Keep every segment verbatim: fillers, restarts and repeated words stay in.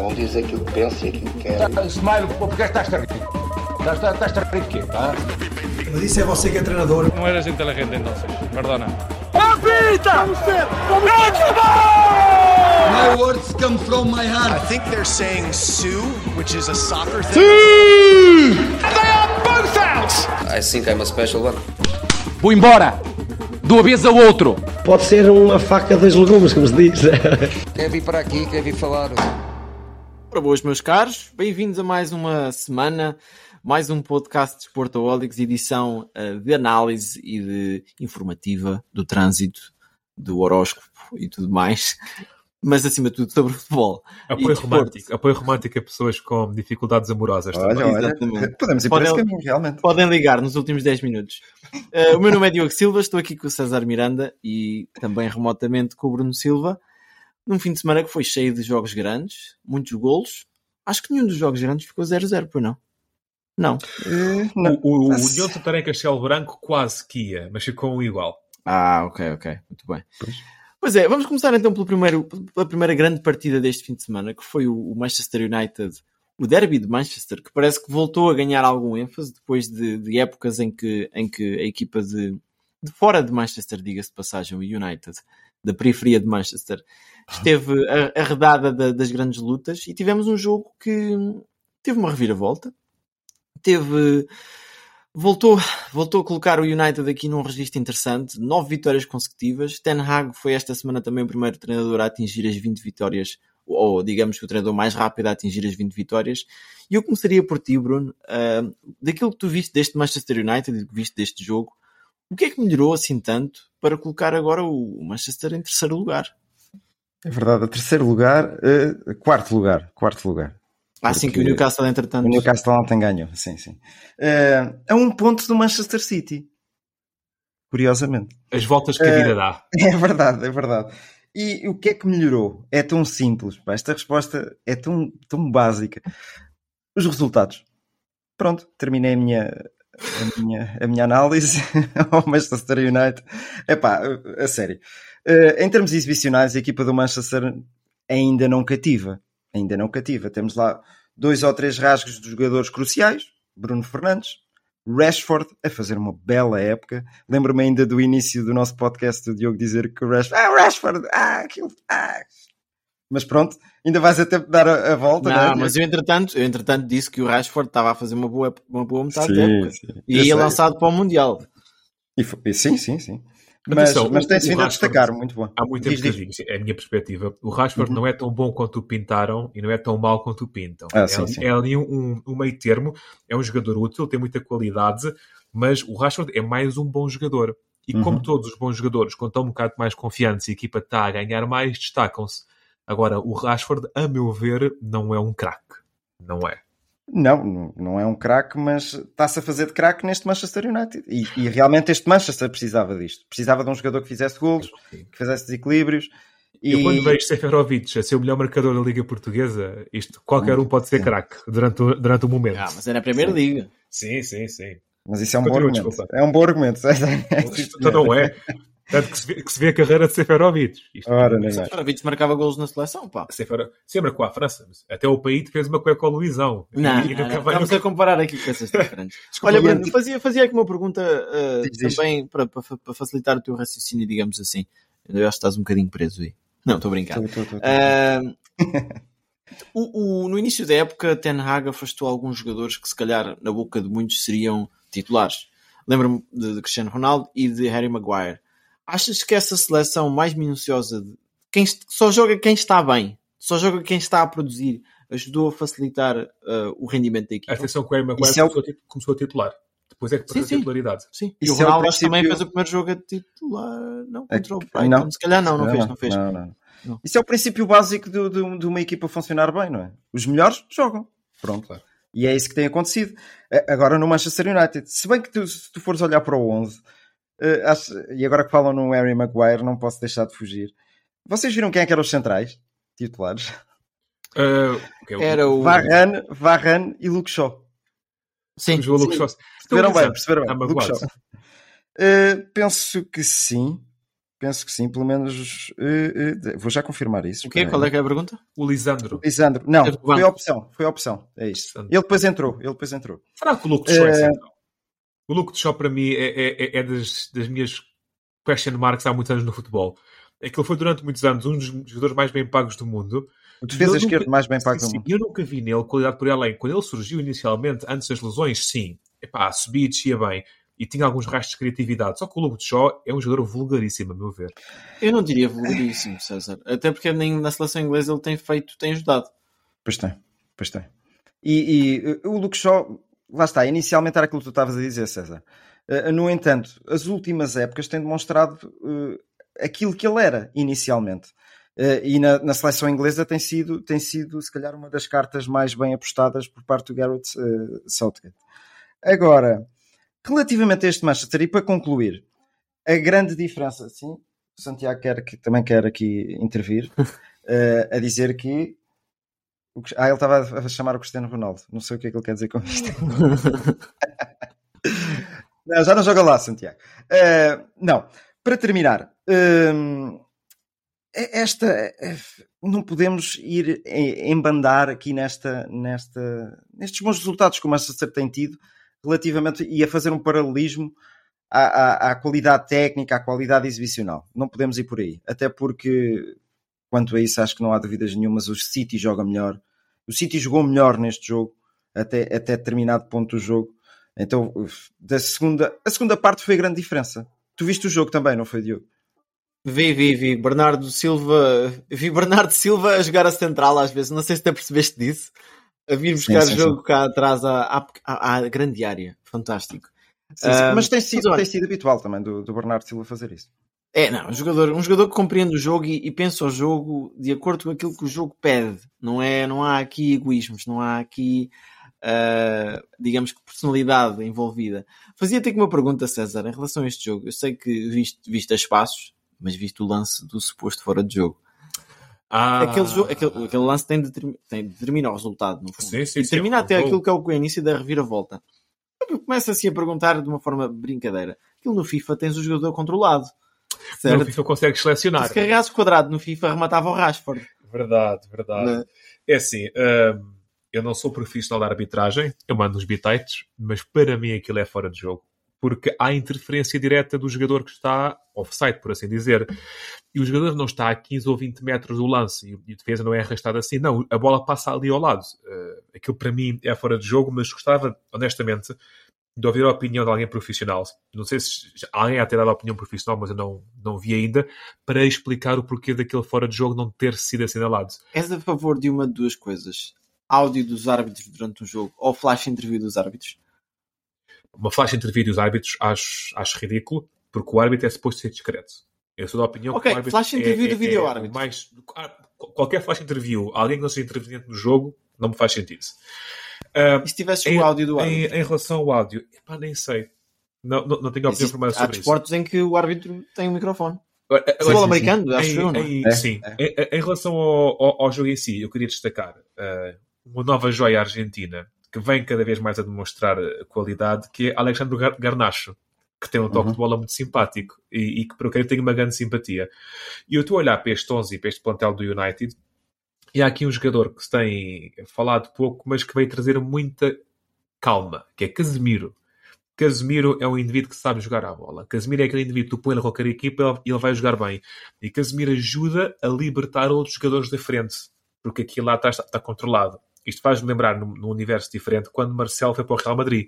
Cada um diz aquilo que pensa e aquilo que quer. Smile, porque estás a rir? Estás a rir de quê? Ah? Mas isso é você que é treinador. Não eres inteligente entonces, perdona. ¡Apita! My words come from my heart. I think they're saying Sue, which is a soccer thing. Sim! And they are both out! I think I'm a special one. Vou embora! De uma vez ao outro! Pode ser uma faca dos legumes, como se diz. Quer vir para aqui, quer vir falar. Ora boas, meus caros, bem-vindos a mais uma semana, mais um podcast de Sportaholics, edição uh, de análise e de informativa do trânsito, do horóscopo e tudo mais, mas acima de tudo sobre futebol. Apoio romântico, apoio romântico a pessoas com dificuldades amorosas. Olha, olha, podemos ir por esse caminho, realmente. Podem ligar nos últimos dez minutos. Uh, o meu nome é Diogo Silva, estou aqui com o César Miranda e também remotamente com o Bruno Silva, num fim de semana que foi cheio de jogos grandes, muitos golos. Acho que nenhum dos jogos grandes ficou zero zero, pois não? Não. Uh, não. O, o, o União Santarém Castelo Branco quase que ia, mas ficou um igual. Ah, ok, ok. Muito bem. Pois. Pois é, vamos começar então pelo primeiro, pela primeira grande partida deste fim de semana, que foi o Manchester United, o derby de Manchester, que parece que voltou a ganhar algum ênfase depois de, de épocas em que, em que a equipa de, de fora de Manchester, diga-se de passagem, o United, da periferia de Manchester, esteve arredada da, das grandes lutas e tivemos um jogo que teve uma reviravolta, teve... Voltou, voltou a colocar o United aqui num registro interessante, nove vitórias consecutivas. Ten Hag foi esta semana também o primeiro treinador a atingir as vinte vitórias, ou digamos que o treinador mais rápido a atingir as vinte vitórias. E eu começaria por ti, Bruno, uh, daquilo que tu viste deste Manchester United e que viste deste jogo, o que é que melhorou assim tanto para colocar agora o Manchester em terceiro lugar? É verdade, a terceiro lugar, uh, quarto lugar, quarto lugar. Ah, sim, que o Newcastle, entretanto... O Newcastle ontem ganhou, sim, sim. Uh, a um ponto do Manchester City. Curiosamente. As voltas que a vida uh, dá. É verdade, é verdade. E o que é que melhorou? É tão simples. Pá. Esta resposta é tão, tão básica. Os resultados. Pronto, terminei a minha, a minha, a minha análise ao Manchester United. Epá, a sério. Uh, em termos exibicionais, a equipa do Manchester ainda não cativa. Ainda não cativa. Temos lá dois ou três rasgos de jogadores cruciais. Bruno Fernandes, Rashford, a fazer uma bela época. Lembro-me ainda do início do nosso podcast do Diogo dizer que o Rashford... Ah, Rashford! Ah, aquilo... Ah. Mas pronto, ainda vais a tempo de dar a, a volta, não, não é? Mas eu entretanto, eu entretanto disse que o Rashford estava a fazer uma boa, uma boa metade sim, da época. Sim. E ia lançado para o Mundial. E foi... Sim, sim, sim. Mas, Atenção, mas tem-se vindo a Rashford, destacar, muito bom. Há muito tempo que eu digo, é a minha perspectiva. O Rashford uhum. não é tão bom quanto o pintaram e não é tão mau quanto o pintam. Ah, é, sim, ali, sim. é ali um, um meio termo, é um jogador útil, tem muita qualidade, mas o Rashford é mais um bom jogador. E como uhum. todos os bons jogadores, quando estão um bocado mais confiantes e a equipa está a ganhar mais, destacam-se. Agora, o Rashford, a meu ver, não é um craque. Não é. Não, não é um craque, mas está-se a fazer de craque neste Manchester United. E, e realmente este Manchester precisava disto. Precisava de um jogador que fizesse golos, que fizesse desequilíbrios. E... Eu quando vejo Seferovic a ser o melhor marcador da Liga Portuguesa, isto, qualquer um pode ser sim. craque durante o, durante o momento. Ah, mas é na Primeira sim. Liga. Sim, sim, sim. Mas isso é um Continua, bom argumento. Desculpa. É um bom argumento. Isto então não é. Tanto que se, vê, que se vê a carreira de Seferovic. Ora, nem Seferovic marcava golos na seleção, pá. Sefer... Sempre com a França. Até o país fez uma cueca ao Luizão. Não, e, e não, não. vai... Vamos a comparar aqui com essas diferentes. Olha, Bruno, fazia, fazia aqui uma pergunta uh, diz, também diz. Para, para, para facilitar o teu raciocínio, digamos assim. Eu acho que estás um bocadinho preso aí. Não, estou a brincar. Tô, tô, tô, tô. Uh, o, o, no início da época, Ten Hag afastou alguns jogadores que se calhar na boca de muitos seriam titulares. Lembro-me de, de Cristiano Ronaldo e de Harry Maguire. Achas que essa seleção mais minuciosa de quem só joga quem está bem, só joga quem está a produzir, ajudou a facilitar uh, o rendimento da equipa? Atenção que o Harry Maguire é o... começou, a, começou a titular. Depois é que perdeu a titularidade. Sim. E o Ronaldo é o princípio... também fez o primeiro jogo a titular. Não, contra o Brighton. Não. Se calhar não, não, não fez. Não fez. Não, não. Não. Isso é o princípio básico de, de, de uma equipa funcionar bem, não é? Os melhores jogam. Pronto. Claro. E é isso que tem acontecido. Agora no Manchester United. Se bem que tu, se tu fores olhar para o onze... Uh, acho, e agora que falam no Harry Maguire, não posso deixar de fugir. Vocês viram quem é que eram os centrais titulares? Uh, okay, Era o Varane, Varane e Luke Shaw. Sim, o Luke Shaw. Perceberam bem, perceberam bem. Luke Shaw. Uh, penso que sim. penso que sim, pelo menos uh, uh, vou já confirmar isso. O quê? Qual é que é a pergunta? O Lisandro. Lisandro, não, foi a opção, foi a opção, é isto. Ele depois entrou, ele depois entrou. Será que o Luke de Shaw é uh, então? O Luke de Shaw para mim é, é, é das, das minhas question marks há muitos anos no futebol. É que ele foi durante muitos anos um dos jogadores mais bem pagos do mundo. O defesa esquerdo mais bem pago sim, do sim, mundo. Eu nunca vi nele qualidade por além. Quando ele surgiu inicialmente, antes das lesões, sim. Epá, subia e descia bem. E tinha alguns rastros de criatividade. Só que o Luke de Shaw é um jogador vulgaríssimo, a meu ver. Eu não diria vulgaríssimo, César. Até porque nem na seleção inglesa ele tem feito, tem ajudado. Pois tem, pois tem. E, e o Luke Shaw, lá está, inicialmente era aquilo que tu estavas a dizer, César. Uh, no entanto, as últimas épocas têm demonstrado uh, aquilo que ele era inicialmente. Uh, e na, na seleção inglesa tem sido, tem sido, se calhar, uma das cartas mais bem apostadas por parte do Gareth uh, Southgate. Agora, relativamente a este Manchester, e para concluir, a grande diferença, sim, o Santiago quer que, também quer aqui intervir, uh, a dizer que, o, ah, ele estava a chamar o Cristiano Ronaldo, não sei o que é que ele quer dizer com isto. Não, já não joga lá, Santiago. Uh, não, para terminar, uh, esta não podemos ir embandar aqui nesta, nesta, nestes bons resultados que o Manchester tem tido relativamente e a fazer um paralelismo à, à, à qualidade técnica, à qualidade exibicional. Não podemos ir por aí, até porque quanto a isso acho que não há dúvidas nenhumas. O City joga melhor, o City jogou melhor neste jogo até, até determinado ponto do jogo. Então da segunda, a segunda parte foi a grande diferença. Tu viste o jogo também, não foi, Diogo? Vi, vi, vi. Bernardo Silva, vi Bernardo Silva a jogar a central às vezes. Não sei se te percebeste disso. A vir buscar sim, sim, jogo sim. cá atrás à, à, à grande área. Fantástico. Sim, um, mas tem sido, mas, tem sido habitual também do, do Bernardo Silva fazer isso. É, não. Um jogador, um jogador que compreende o jogo e, e pensa o jogo de acordo com aquilo que o jogo pede. Não, é, não há aqui egoísmos. Não há aqui, uh, digamos que, personalidade envolvida. Fazia-te aqui uma pergunta, César, em relação a este jogo. Eu sei que viste, viste a espaços, mas viste o lance do suposto fora de jogo. Ah. Aquele, jogo, aquele, aquele lance tem de, tem de determinar o resultado, no fundo. Sim, sim, e determina sim, até bom. Aquilo que é o início da reviravolta. Começa-se a perguntar de uma forma brincadeira. Aquilo no FIFA tens o jogador controlado. Certo? No FIFA consegues selecionar. Se carregasses o quadrado no FIFA, rematava o Rashford. Verdade, verdade. Não. É assim, hum, eu não sou profissional da arbitragem, eu mando uns bitites, mas para mim aquilo é fora de jogo. Porque há interferência direta do jogador que está offside, por assim dizer. E o jogador não está a quinze ou vinte metros do lance e a defesa não é arrastada assim. Não, a bola passa ali ao lado. Uh, aquilo para mim é fora de jogo, mas gostava, honestamente, de ouvir a opinião de alguém profissional. Não sei se alguém há ter dado a opinião profissional, mas eu não, não vi ainda, para explicar o porquê daquele fora de jogo não ter sido assinalado. És a favor de uma de duas coisas. Áudio dos árbitros durante o jogo ou flash interview dos árbitros? Uma flash interview dos árbitros acho, acho ridículo, porque o árbitro é suposto ser discreto. Eu sou da opinião okay, que o árbitro flash interview é, do é, vídeo é árbitro. Mais, qualquer flash interview, alguém que não seja interveniente no jogo, não me faz sentido. Uh, e se tivesse o áudio do árbitro? Em, em relação ao áudio, epá, nem sei. Não, não, não tenho opinião formada sobre isso. Há desportos em que o árbitro tem um microfone. Futebol americano, acho eu, não é? Sim. É. Em, em relação ao, ao, ao jogo em si, eu queria destacar uh, uma nova joia argentina que vem cada vez mais a demonstrar qualidade, que é Alexandre Garnacho, que tem um toque uhum. de bola muito simpático e, e que para quem eu tenho uma grande simpatia. E eu estou a olhar para este onze e para este plantel do United, e há aqui um jogador que se tem falado pouco, mas que veio trazer muita calma, que é Casemiro. Casemiro é um indivíduo que sabe jogar à bola. Casemiro é aquele indivíduo que tu põe na qualquer equipa e ele vai jogar bem. E Casemiro ajuda a libertar outros jogadores da frente, porque aquilo lá está, está, está controlado. Isto faz-me lembrar, num, num universo diferente, quando Marcelo foi para o Real Madrid.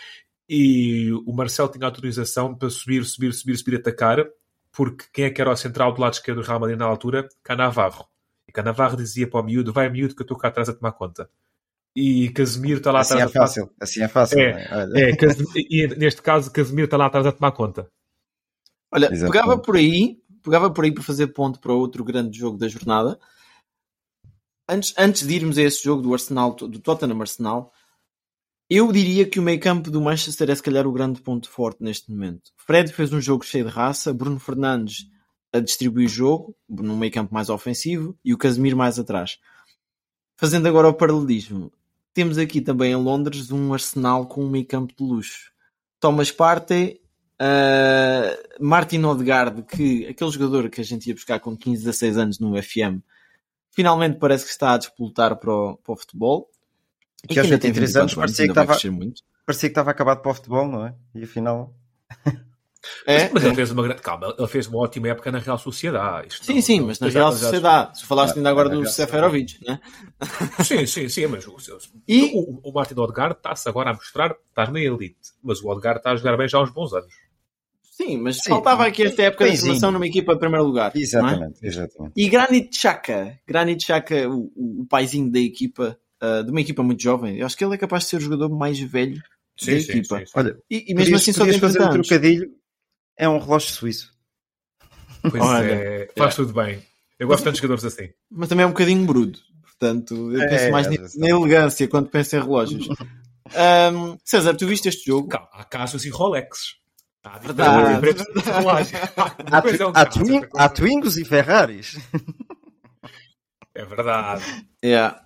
E o Marcelo tinha autorização para subir, subir, subir, subir, atacar, porque quem é que era o central do lado esquerdo do Real Madrid na altura? Cannavaro. E Cannavaro dizia para o miúdo, vai miúdo que eu estou cá atrás a tomar conta. E Casemiro está lá assim atrás é a tomar... Assim é fácil. É, é, Casemiro... E neste caso, Casemiro está lá atrás a tomar conta. Olha, Exatamente. pegava por aí, pegava por aí para fazer ponto para outro grande jogo da jornada. Antes, antes de irmos a esse jogo do Arsenal, do Tottenham Arsenal, eu diria que o meio campo do Manchester é se calhar o grande ponto forte neste momento. Fred fez um jogo cheio de raça, Bruno Fernandes a distribuir o jogo, num meio campo mais ofensivo, e o Casemiro mais atrás. Fazendo agora o paralelismo, temos aqui também em Londres um Arsenal com um meio campo de luxo. Thomas Partey Uh, Martin Odegaard, que aquele jogador que a gente ia buscar com quinze, dezasseis anos no F M, finalmente parece que está a despoltar para o, para o futebol. E que aos vinte e três anos parecia que, estava, muito. parecia que estava acabado para o futebol, não é? E afinal... É, mas, mas é. Ele fez uma grande... Calma, ele fez uma ótima época na Real Sociedade. Isto sim, não, sim, não, mas na Real já, Sociedade. Se falaste ainda agora ah, do Seferovic, né? Sim, sim, sim, mas o, e... o, o Martin Odegaard está-se agora a mostrar, está na elite, mas o Odegaard está a jogar bem já há uns bons anos. Sim, mas sim, faltava aqui esta época sim, de formação numa equipa de primeiro lugar. Exatamente, é? exatamente. E Granit Xhaka, Granit Xhaka, o, o, o paizinho da equipa, uh, de uma equipa muito jovem, eu acho que ele é capaz de ser o jogador mais velho sim, da sim, equipa. Sim, sim. Olha, e, e mesmo podias, assim só tem fazer um anos. trocadilho, é um relógio suíço. Pois Olha, é, faz é. tudo bem. Eu gosto tanto de jogadores assim. Mas também é um bocadinho brudo. Portanto, eu penso é, mais é, na elegância quando penso em relógios. um, César, tu viste este jogo? Calma, há casos e Rolex. Há, verdade. há, há, há, twing, há Twingos e Ferraris. É verdade. Yeah.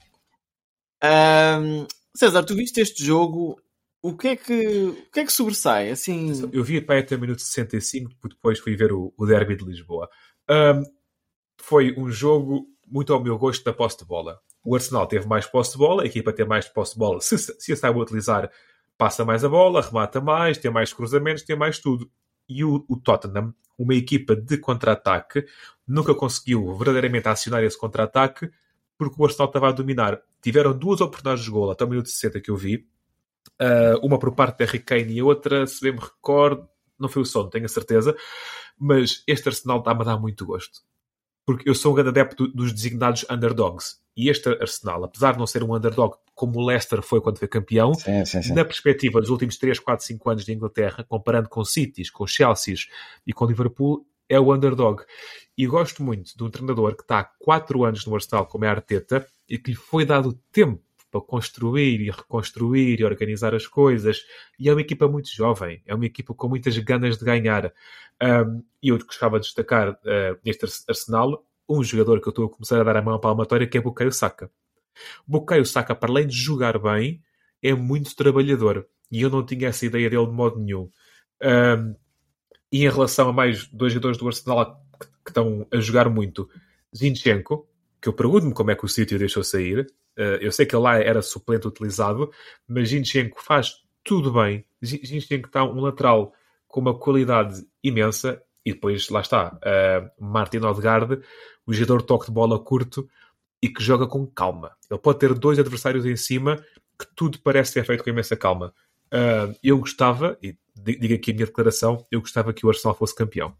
Um, César, tu viste este jogo? O que é que, o que, é que sobressai? Assim... Eu vi para até o minuto sessenta e cinco, porque depois fui ver o, o derby de Lisboa. Um, foi um jogo muito ao meu gosto da posse de bola. O Arsenal teve mais posse de bola, a equipa tem mais posse de bola. Se, se a sabe utilizar, passa mais a bola, remata mais, tem mais cruzamentos, tem mais tudo. E o, o Tottenham, uma equipa de contra-ataque, nunca conseguiu verdadeiramente acionar esse contra-ataque, porque o Arsenal estava a dominar. Tiveram duas oportunidades de golo até o minuto sessenta que eu vi. Uh, uma por parte de Harry Kane e a outra, se bem me recordo, não foi o Son, tenho a certeza, mas este Arsenal está-me a dar muito gosto. Porque eu sou um grande adepto dos designados underdogs. E este Arsenal, apesar de não ser um underdog como o Leicester foi quando foi campeão, sim, sim, sim. na perspectiva dos últimos três, quatro, cinco anos de Inglaterra, comparando com Cities, com Chelseas e com Liverpool, é o underdog. E gosto muito de um treinador que está há quatro anos no Arsenal, como é a Arteta, e que lhe foi dado tempo para construir e reconstruir e organizar as coisas. E é uma equipa muito jovem. É uma equipa com muitas ganas de ganhar. Um, e eu gostava de destacar uh, neste Arsenal um jogador que eu estou a começar a dar a mão à palmatória, que é Bukayo Saka. Bukayo Saka, para além de jogar bem, é muito trabalhador. E eu não tinha essa ideia dele de modo nenhum. Um, e em relação a mais dois jogadores do Arsenal que, que estão a jogar muito, Zinchenko, que eu pergunto-me como é que o City o deixou sair. Uh, eu sei que ele lá era suplente utilizado, mas Zinchenko faz tudo bem. Zinchenko está um lateral com uma qualidade imensa. E depois, lá está, uh, Martin Odegaard, o jogador de toque de bola curto e que joga com calma. Ele pode ter dois adversários em cima que tudo parece ser feito com imensa calma. Uh, eu gostava, e digo aqui a minha declaração, eu gostava que o Arsenal fosse campeão.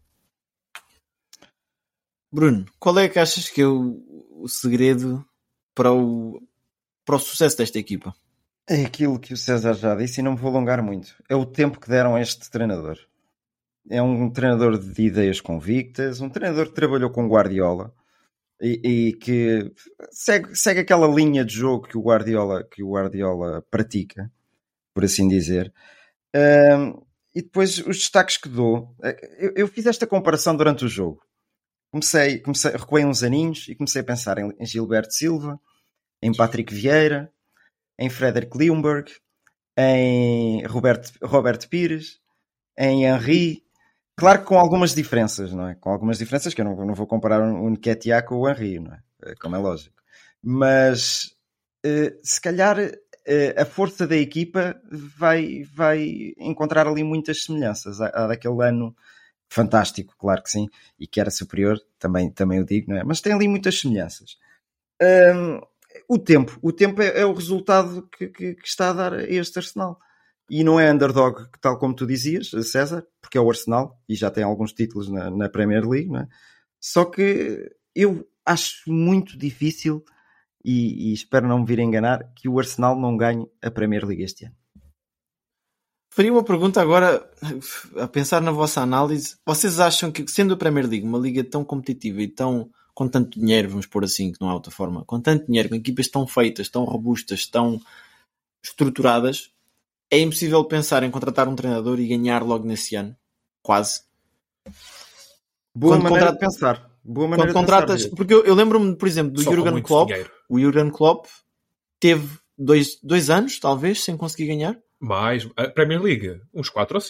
Bruno, qual é que achas que é o, o segredo para o, para o sucesso desta equipa? É aquilo que o César já disse e não me vou alongar muito. É o tempo que deram a este treinador. É um treinador de ideias convictas, um treinador que trabalhou com Guardiola e, e que segue, segue aquela linha de jogo que o Guardiola, que o Guardiola pratica, por assim dizer. Um, e depois os destaques que dou. Eu, eu fiz esta comparação durante o jogo. Comecei, comecei, recuei uns aninhos e comecei a pensar em, em Gilberto Silva, em Patrick Vieira, em Frederick Ljungberg, em Roberto, Roberto Pires, em Henry. Claro que com algumas diferenças, não é? Com algumas diferenças que eu não, não vou comparar o Nketiah com o Henry, não é? Como é lógico. Mas uh, se calhar uh, a força da equipa vai, vai encontrar ali muitas semelhanças à, à daquele ano fantástico, claro que sim, e que era superior, também, também eu digo, não é? Mas tem ali muitas semelhanças. Um, o tempo, o tempo é, é o resultado que, que, que está a dar a este Arsenal. E não é underdog, tal como tu dizias, César, porque é o Arsenal e já tem alguns títulos na, na Premier League, não é? Só que eu acho muito difícil, e, e espero não me vir a enganar, que o Arsenal não ganhe a Premier League este ano. Faria uma pergunta agora, a pensar na vossa análise. Vocês acham que, sendo a Premier League uma liga tão competitiva e tão, com tanto dinheiro, vamos pôr assim, que não há outra forma, com tanto dinheiro, com equipas tão feitas, tão robustas, tão estruturadas, é impossível pensar em contratar um treinador e ganhar logo nesse ano? Quase. Boa quando maneira contrat... de pensar. Boa maneira quando de contratas... pensar. Porque eu, eu lembro-me, por exemplo, do Só Jurgen Klopp. Dinheiro. O Jurgen Klopp teve dois, dois anos, talvez, sem conseguir ganhar. Mais. A Premier League, uns quatro ou cinco.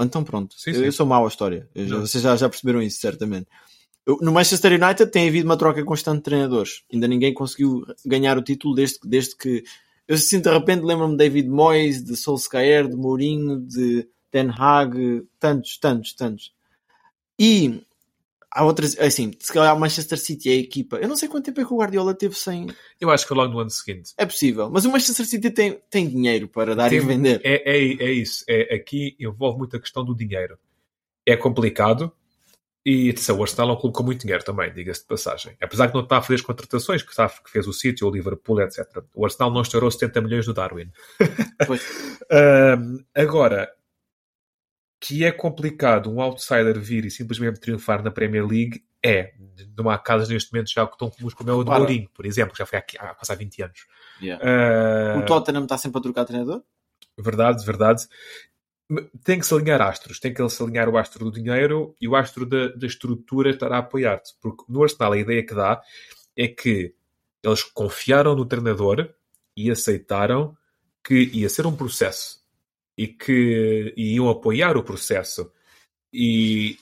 Então pronto, Sim, eu, sim. eu sou mau à história. Eu já, vocês já, já perceberam isso, certamente. Eu, no Manchester United tem havido uma troca constante de treinadores. Ainda ninguém conseguiu ganhar o título desde, desde que... Eu sinto, de repente, lembro-me de David Moyes, de Solskjaer, de Mourinho, de Ten Hag, tantos, tantos, tantos. E há outras, assim, se calhar o Manchester City é a equipa. Eu não sei quanto tempo é que o Guardiola teve sem... Eu acho que logo no ano seguinte. É possível, mas o Manchester City tem, tem dinheiro para dar Tem, e vender. É, é, é isso. É, aqui envolve muito a questão do dinheiro. É complicado. E atenção, o Arsenal é um clube com muito dinheiro também, diga-se de passagem. Apesar de não estar a fazer as contratações que, está, que fez o City, o Liverpool, etcétera. O Arsenal não estourou setenta milhões no Darwin. um, agora, que é complicado um outsider vir e simplesmente triunfar na Premier League, é. Não há casos neste momento já que estão comuns como é o de Mourinho, por exemplo, que já foi aqui, há quase há vinte anos. Yeah. Uh... O Tottenham está sempre a trocar treinador? Verdade, verdade. Tem que se alinhar astros, tem que se alinhar o astro do dinheiro e o astro da, da estrutura estará a apoiar-te, porque no Arsenal a ideia que dá é que eles confiaram no treinador e aceitaram que ia ser um processo e que iam apoiar o processo e,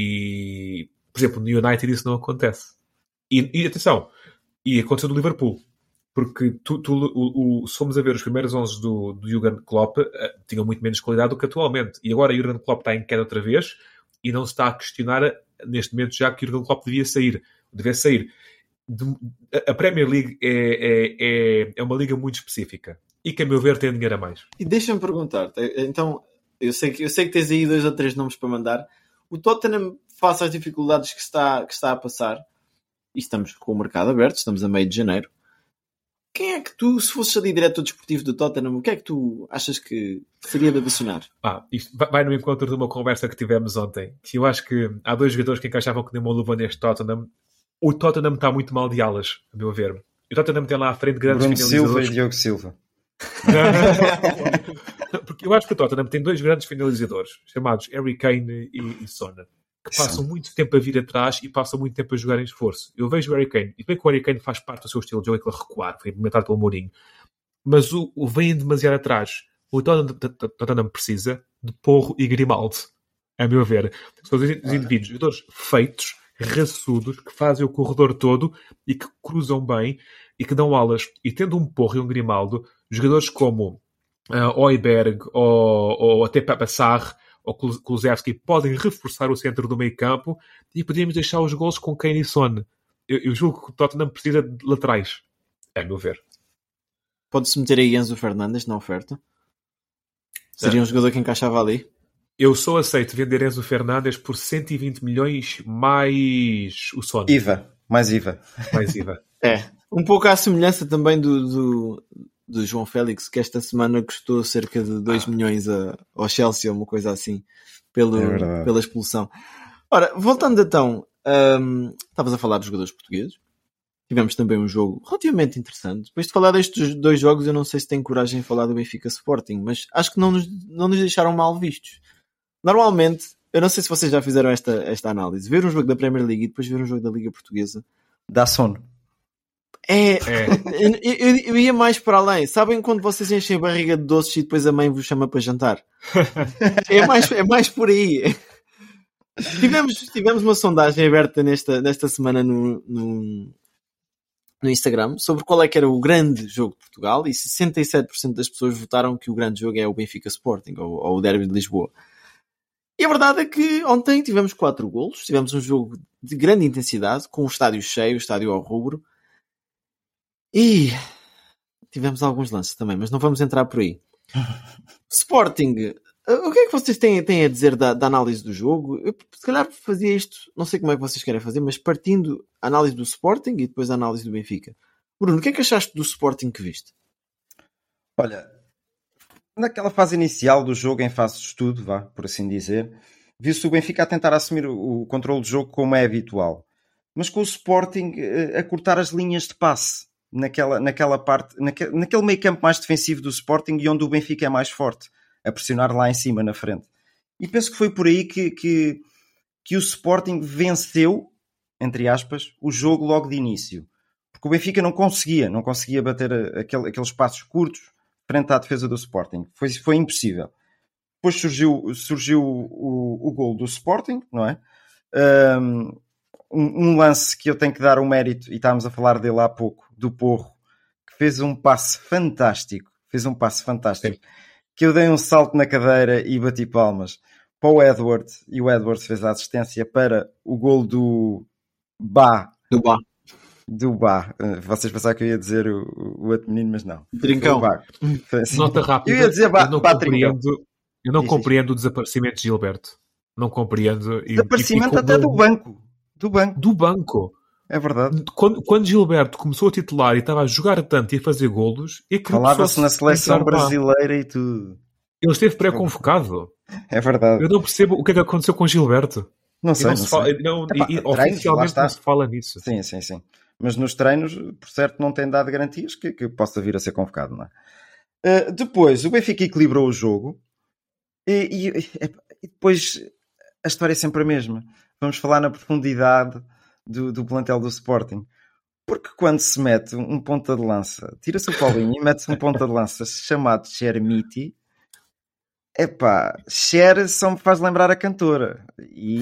e por exemplo, no United isso não acontece e, e atenção, e aconteceu no Liverpool. Porque tu, tu, o, o, se fomos a ver os primeiros onze do, do Jürgen Klopp, uh, tinham muito menos qualidade do que atualmente. E agora o Jürgen Klopp está em queda outra vez e não se está a questionar neste momento já que o Jürgen Klopp devia sair. Devia sair. De, a Premier League é, é, é, é uma liga muito específica e que, a meu ver, tem dinheiro a mais. E deixa-me perguntar, então, eu sei, que, eu sei que tens aí dois ou três nomes para mandar. O Tottenham, face às dificuldades que está, que está a passar, e estamos com o mercado aberto, estamos a meio de janeiro, quem é que tu, se fosses ali diretor desportivo do Tottenham, o que é que tu achas que seria de adicionar? Ah, isto vai no encontro de uma conversa que tivemos ontem, que eu acho que há dois jogadores que encaixavam que nem uma luva neste Tottenham. O Tottenham está muito mal de alas, a meu ver. O Tottenham tem lá à frente grandes Bruno finalizadores. Silva e Diogo Silva. Porque eu acho que o Tottenham tem dois grandes finalizadores, chamados Harry Kane e, e Son, que passam Sim. muito tempo a vir atrás e passam muito tempo a jogar em esforço. Eu vejo o Harry Kane, e bem que o Harry Kane faz parte do seu estilo de jogo, aquele recuar, foi implementado pelo Mourinho, mas o, o vem demasiado atrás. O Tottenham precisa de Porro e Grimaldo, a meu ver. São os indivíduos, jogadores feitos, raçudos, que fazem o corredor todo e que cruzam bem e que dão alas. E tendo um Porro e um Grimaldo, jogadores como uh, Højbjerg ou, ou até Pepe Sarr ou Kulusevski podem reforçar o centro do meio campo e podemos deixar os gols com Kane e Son. Eu, eu julgo que o Tottenham precisa de laterais, é meu ver. Pode-se meter aí Enzo Fernandes na oferta? Seria um jogador que encaixava ali? Eu só aceito vender Enzo Fernandes por cento e vinte milhões mais o Son. I V A, mais I V A. Mais I V A. É, um pouco à semelhança também do... do... do João Félix, que esta semana custou cerca de dois milhões a, ao Chelsea, ou uma coisa assim, pelo, é pela expulsão. Ora, voltando então, um, estavas a falar dos jogadores portugueses, tivemos também um jogo relativamente interessante. Depois de falar destes dois jogos, eu não sei se tenho coragem de falar do Benfica Sporting, mas acho que não nos, não nos deixaram mal vistos. Normalmente, eu não sei se vocês já fizeram esta, esta análise, ver um jogo da Premier League e depois ver um jogo da Liga Portuguesa dá sono. É, é. Eu, eu, eu ia mais para além. Sabem quando vocês enchem a barriga de doces e depois a mãe vos chama para jantar? É mais, é mais por aí. Tivemos, tivemos uma sondagem aberta nesta, nesta semana no, no, no Instagram sobre qual é que era o grande jogo de Portugal e sessenta e sete por cento das pessoas votaram que o grande jogo é o Benfica Sporting ou, ou o Derby de Lisboa. E a verdade é que ontem tivemos quatro golos, tivemos um jogo de grande intensidade, com o estádio cheio, o estádio ao rubro. E tivemos alguns lances também, mas não vamos entrar por aí. Sporting, o que é que vocês têm, têm a dizer da, da análise do jogo? Eu, se calhar fazia isto, não sei como é que vocês querem fazer, mas partindo a análise do Sporting e depois a análise do Benfica. Bruno, o que é que achaste do Sporting que viste? Olha, naquela fase inicial do jogo, em fase de estudo, vá, por assim dizer, viu-se o Benfica a tentar assumir o, o controle do jogo como é habitual, mas com o Sporting a cortar as linhas de passe. Naquela, naquela parte, naquele, naquele meio campo mais defensivo do Sporting e onde o Benfica é mais forte, a pressionar lá em cima, na frente. E penso que foi por aí que, que, que o Sporting venceu, entre aspas, o jogo logo de início. Porque o Benfica não conseguia, não conseguia bater aquele, aqueles passos curtos frente à defesa do Sporting. Foi, foi impossível. depois surgiu, surgiu o, o gol do Sporting, não é? Um, um lance que eu tenho que dar o mérito, e estávamos a falar dele há pouco, do Porro, que fez um passe fantástico, fez um passe fantástico, Sim. que eu dei um salto na cadeira e bati palmas para o Edward, e o Edward fez a assistência para o gol do Bá. Do Bá. Do Bá. Vocês pensaram que eu ia dizer o, o outro menino, mas não. Trincão. Assim, Nota rápida. Eu ia dizer Bá, eu não Bá compreendo, Trincão. Eu não compreendo o desaparecimento de Gilberto. Não compreendo. Desaparecimento e, e, até do banco. Do banco. Do banco. É verdade. Quando, quando Gilberto começou a titular e estava a jogar tanto e a fazer golos... Falava-se na seleção brasileira e tudo. Ele esteve pré-convocado. É verdade. Eu não percebo o que é que aconteceu com Gilberto. Não sei, não não se sei. Fala, não, Epá, e, treinos, oficialmente não se fala nisso. Sim, sim, sim. Mas nos treinos, por certo, não tem dado garantias que, que possa vir a ser convocado, não é? Uh, depois, o Benfica equilibrou o jogo e, e, e depois a história é sempre a mesma. Vamos falar na profundidade do, do plantel do Sporting. Porque quando se mete um ponta de lança, tira-se o Paulinho e mete-se um ponta de lança chamado Chermiti, epá, Cher só me faz lembrar a cantora. E...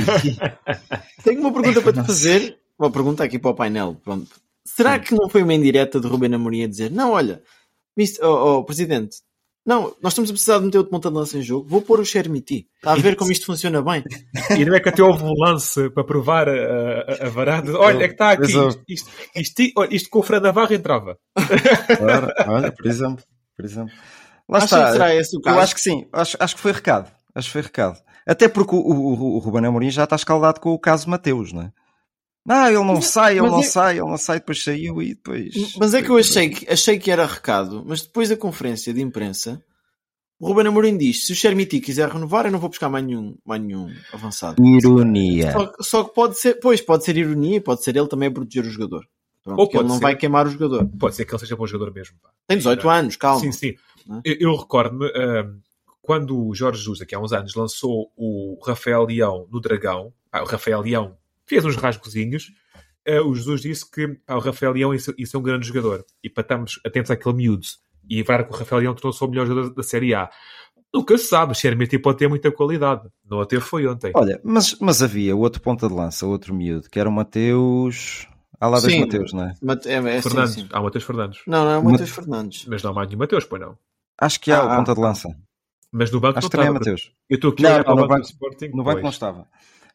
Tenho uma pergunta para te fazer. Uma pergunta aqui para o painel. Pronto. Será Sim. que não foi uma indireta de Ruben Amorim a dizer não, olha, mister, oh, oh, Presidente, não, nós estamos a precisar de meter o ponta de lança em jogo, vou pôr o Chermiti. Está a ver como isto funciona bem? E não é que até houve um lance para provar a, a, a varada. Olha, é que está aqui. Isto, isto, isto, isto, isto com o Fran Navarro entrava. Claro, olha, por exemplo. Por exemplo. Lá acho está. Que será esse o caso? Eu acho que sim. Acho, acho que foi recado. Acho que foi recado. Até porque o, o, o Ruben Amorim já está escaldado com o caso Mateus, não é? Não, ele não mas, sai, ele não é... sai, ele não sai, depois saiu e depois... Mas é que eu achei que, achei que era recado, mas depois da conferência de imprensa, o Ruben Amorim diz, se o Chermiti quiser renovar, eu não vou buscar mais nenhum, mais nenhum avançado. Ironia. Só, só que pode ser, pois, pode ser ironia e pode ser ele também a proteger o jogador. Pronto, Ou pode ele não ser, vai queimar o jogador. Pode ser que ele seja bom jogador mesmo. Pá. Tem dezoito anos, calma. Sim, sim. É? Eu, eu recordo-me, uh, quando o Jorge Jesus, aqui há uns anos, lançou o Rafael Leão no Dragão, ah, o Rafael Leão fez uns rasgozinhos, uh, o Jesus disse que ah, o Rafael Leão ia ser, ia ser um grande jogador. E para estarmos atentos àquele miúdo. E vai que o Rafael Leão tornou-se o melhor jogador da Série A. Nunca se sabe, o Chermiti pode ter muita qualidade. Não até foi ontem. Olha, mas, mas havia outro ponta de lança, outro miúdo, que era o Mateus... Há lá dois Mateus, não é? É, é Fernandes. Sim, sim. Há o Mateus Fernandes. Não, não é o Mateus Ma... Fernandes. Mas não há mais nenhum Mateus, pois não. Acho que há ah, o ponta de lança. Mas no banco Acho não que também estava. é Mateus. Eu estou aqui não, a olhar no banco banco, do Sporting. No banco não estava.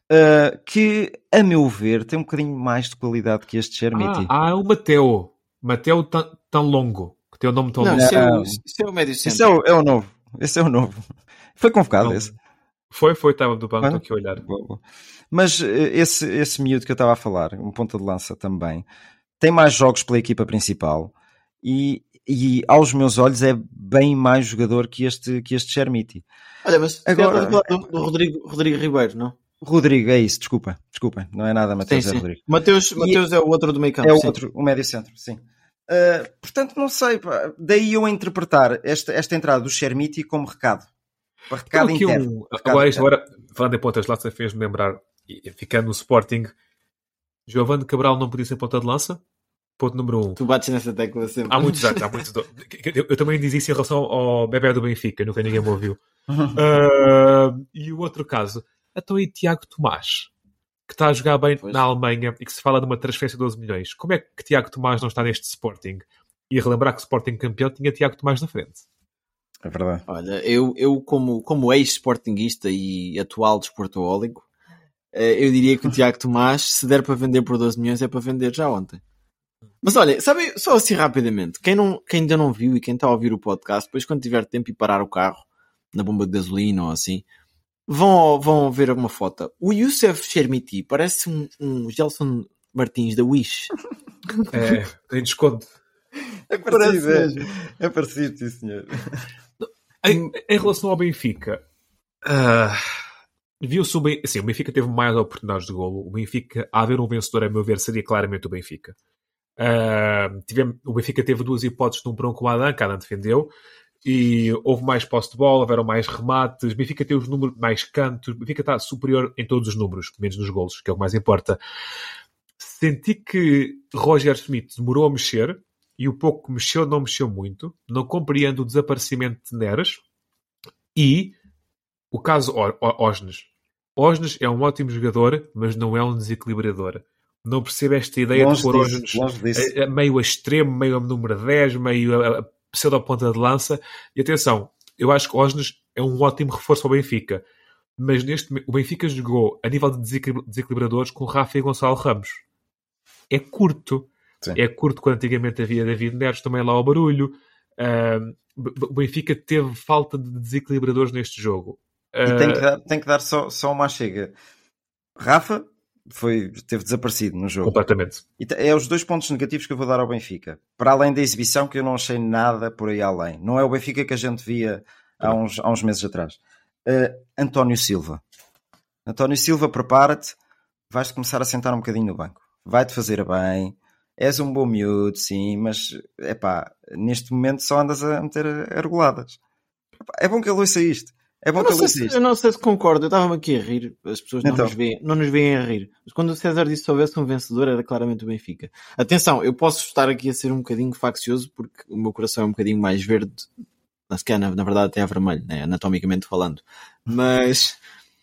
Uh, que, a meu ver, tem um bocadinho mais de qualidade que este Chermiti. Ah, há o Mateo. Mateo tão, tão longo. Que tem o nome tão não, longo. Isso é o, isso é o médio centro. Esse é o, é o novo. Esse é o novo. Foi convocado não, esse. Foi, foi. Estava do banco. Estou aqui a olhar. Boa, boa. Mas esse, esse miúdo que eu estava a falar, um ponta de lança também, tem mais jogos pela equipa principal e, e aos meus olhos é bem mais jogador que este, que este Chermiti. Olha, mas agora do, do Rodrigo, Rodrigo Ribeiro, não? Rodrigo, é isso, desculpa, desculpa, não é nada Mateus, sim, sim. É Rodrigo. Mateus, Mateus é o outro do meio campo. É o sim. outro, o médio centro, sim. Uh, portanto, não sei, pá, daí eu a interpretar esta, esta entrada do Chermiti como recado. Para recado então, interno. Um, agora, agora, falando em pontas de lança, fez-me lembrar, ficando no Sporting, Giovanni Cabral não podia ser ponta de lança? Ponto número um. Tu bates nessa tecla sempre. Há muitos anos, há muitos do... eu, eu também dizia isso em relação ao bebé do Benfica, nunca ninguém me ouviu. uh, e o outro caso, então aí Tiago Tomás, que está a jogar bem pois. na Alemanha e que se fala de uma transferência de doze milhões. Como é que Tiago Tomás não está neste Sporting? E a relembrar que o Sporting campeão tinha Tiago Tomás na frente. É verdade. Olha, eu, eu como, como ex-sportinguista e atual desportoólico, eu diria que o Tiago Tomás, se der para vender por doze milhões, é para vender já ontem. Mas olha, sabe, só assim rapidamente, quem, não, quem ainda não viu e quem está a ouvir o podcast, depois quando tiver tempo e parar o carro na bomba de gasolina ou assim, vão, vão ver uma foto. O Youssef Chermiti parece um, um Gelson Martins da Wish. É, tem desconto. É parecido, é, é parecido, sim senhor. Em, em relação ao Benfica, uh, viu-se o Benfica, assim, o Benfica teve mais oportunidades de golo. O Benfica, a haver um vencedor, a meu ver, seria claramente o Benfica. Uh, tivemos, o Benfica teve duas hipóteses de um para um com o Adam, que Adam defendeu, e houve mais posse de bola, houveram mais remates. O Benfica teve os números, mais cantos. O Benfica está superior em todos os números, menos nos golos, que é o que mais importa. Senti que Roger Schmidt demorou a mexer, e o pouco que mexeu não mexeu muito. Não compreendo o desaparecimento de Neres, e O caso Osnes. Osnes é um ótimo jogador, mas não é um desequilibrador. Não percebo esta ideia longe de pôr Osnes meio a extremo, meio a número dez, meio a, a pseudo-ponta de lança. E atenção, eu acho que Osnes é um ótimo reforço ao Benfica. Mas neste o Benfica jogou a nível de desequilibradores com Rafa e Gonçalo Ramos. É curto. Sim. É curto quando antigamente havia David Neres também lá ao barulho. Uh, o Benfica teve falta de desequilibradores neste jogo. Uh... E tem que dar, tem que dar só, só uma chega. Rafa foi, teve desaparecido no jogo. Completamente. E é os dois pontos negativos que eu vou dar ao Benfica. Para além da exibição, que eu não achei nada por aí além. Não é o Benfica que a gente via há uns, há uns meses atrás. Uh, António Silva. António Silva, prepara-te. Vais-te começar a sentar um bocadinho no banco. Vai-te fazer bem. És um bom miúdo, sim, mas epá, neste momento só andas a meter argoladas. É bom que ele ouça isto. É bom que ele ouça isto. Eu não sei se concordo. Eu estava-me aqui a rir. As pessoas não, então. nos veem, não nos veem a rir. Mas quando o César disse que se houvesse um vencedor, era claramente o Benfica. Atenção, eu posso estar aqui a ser um bocadinho faccioso, porque o meu coração é um bocadinho mais verde. Se calhar, na, na verdade, até é vermelho, né? Anatomicamente falando. Mas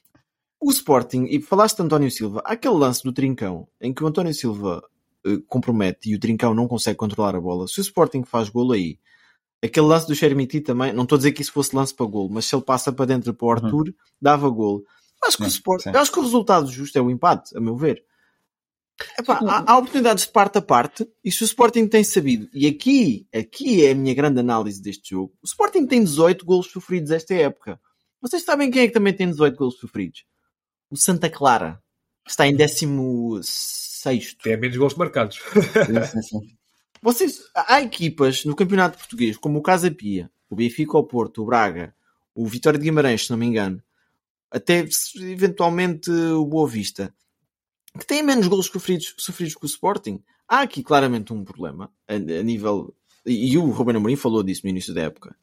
o Sporting, e falaste de António Silva, há aquele lance do Trincão, em que o António Silva compromete e o Trincão não consegue controlar a bola. Se o Sporting faz golo aí, aquele lance do Chermiti também, não estou a dizer que isso fosse lance para golo, mas se ele passa para dentro para o Arthur, uhum. dava golo. Acho que, sim, o Sporting, acho que o resultado justo é o empate, a meu ver. Epá, há, há oportunidades de parte a parte, e se o Sporting tem sabido, e aqui, aqui é a minha grande análise deste jogo, o Sporting tem dezoito golos sofridos esta época. Vocês sabem quem é que também tem dezoito golos sofridos? O Santa Clara, que está em décimo sexto. Tem menos gols marcados. Sim, sim, sim. Vocês, há equipas no campeonato português, como o Casa Pia, o Benfica, o Porto, o Braga, o Vitória de Guimarães, se não me engano, até eventualmente o Boa Vista, que têm menos golos sofridos, sofridos que o Sporting. Há aqui claramente um problema a, a nível... E o Ruben Amorim falou disso no início da época.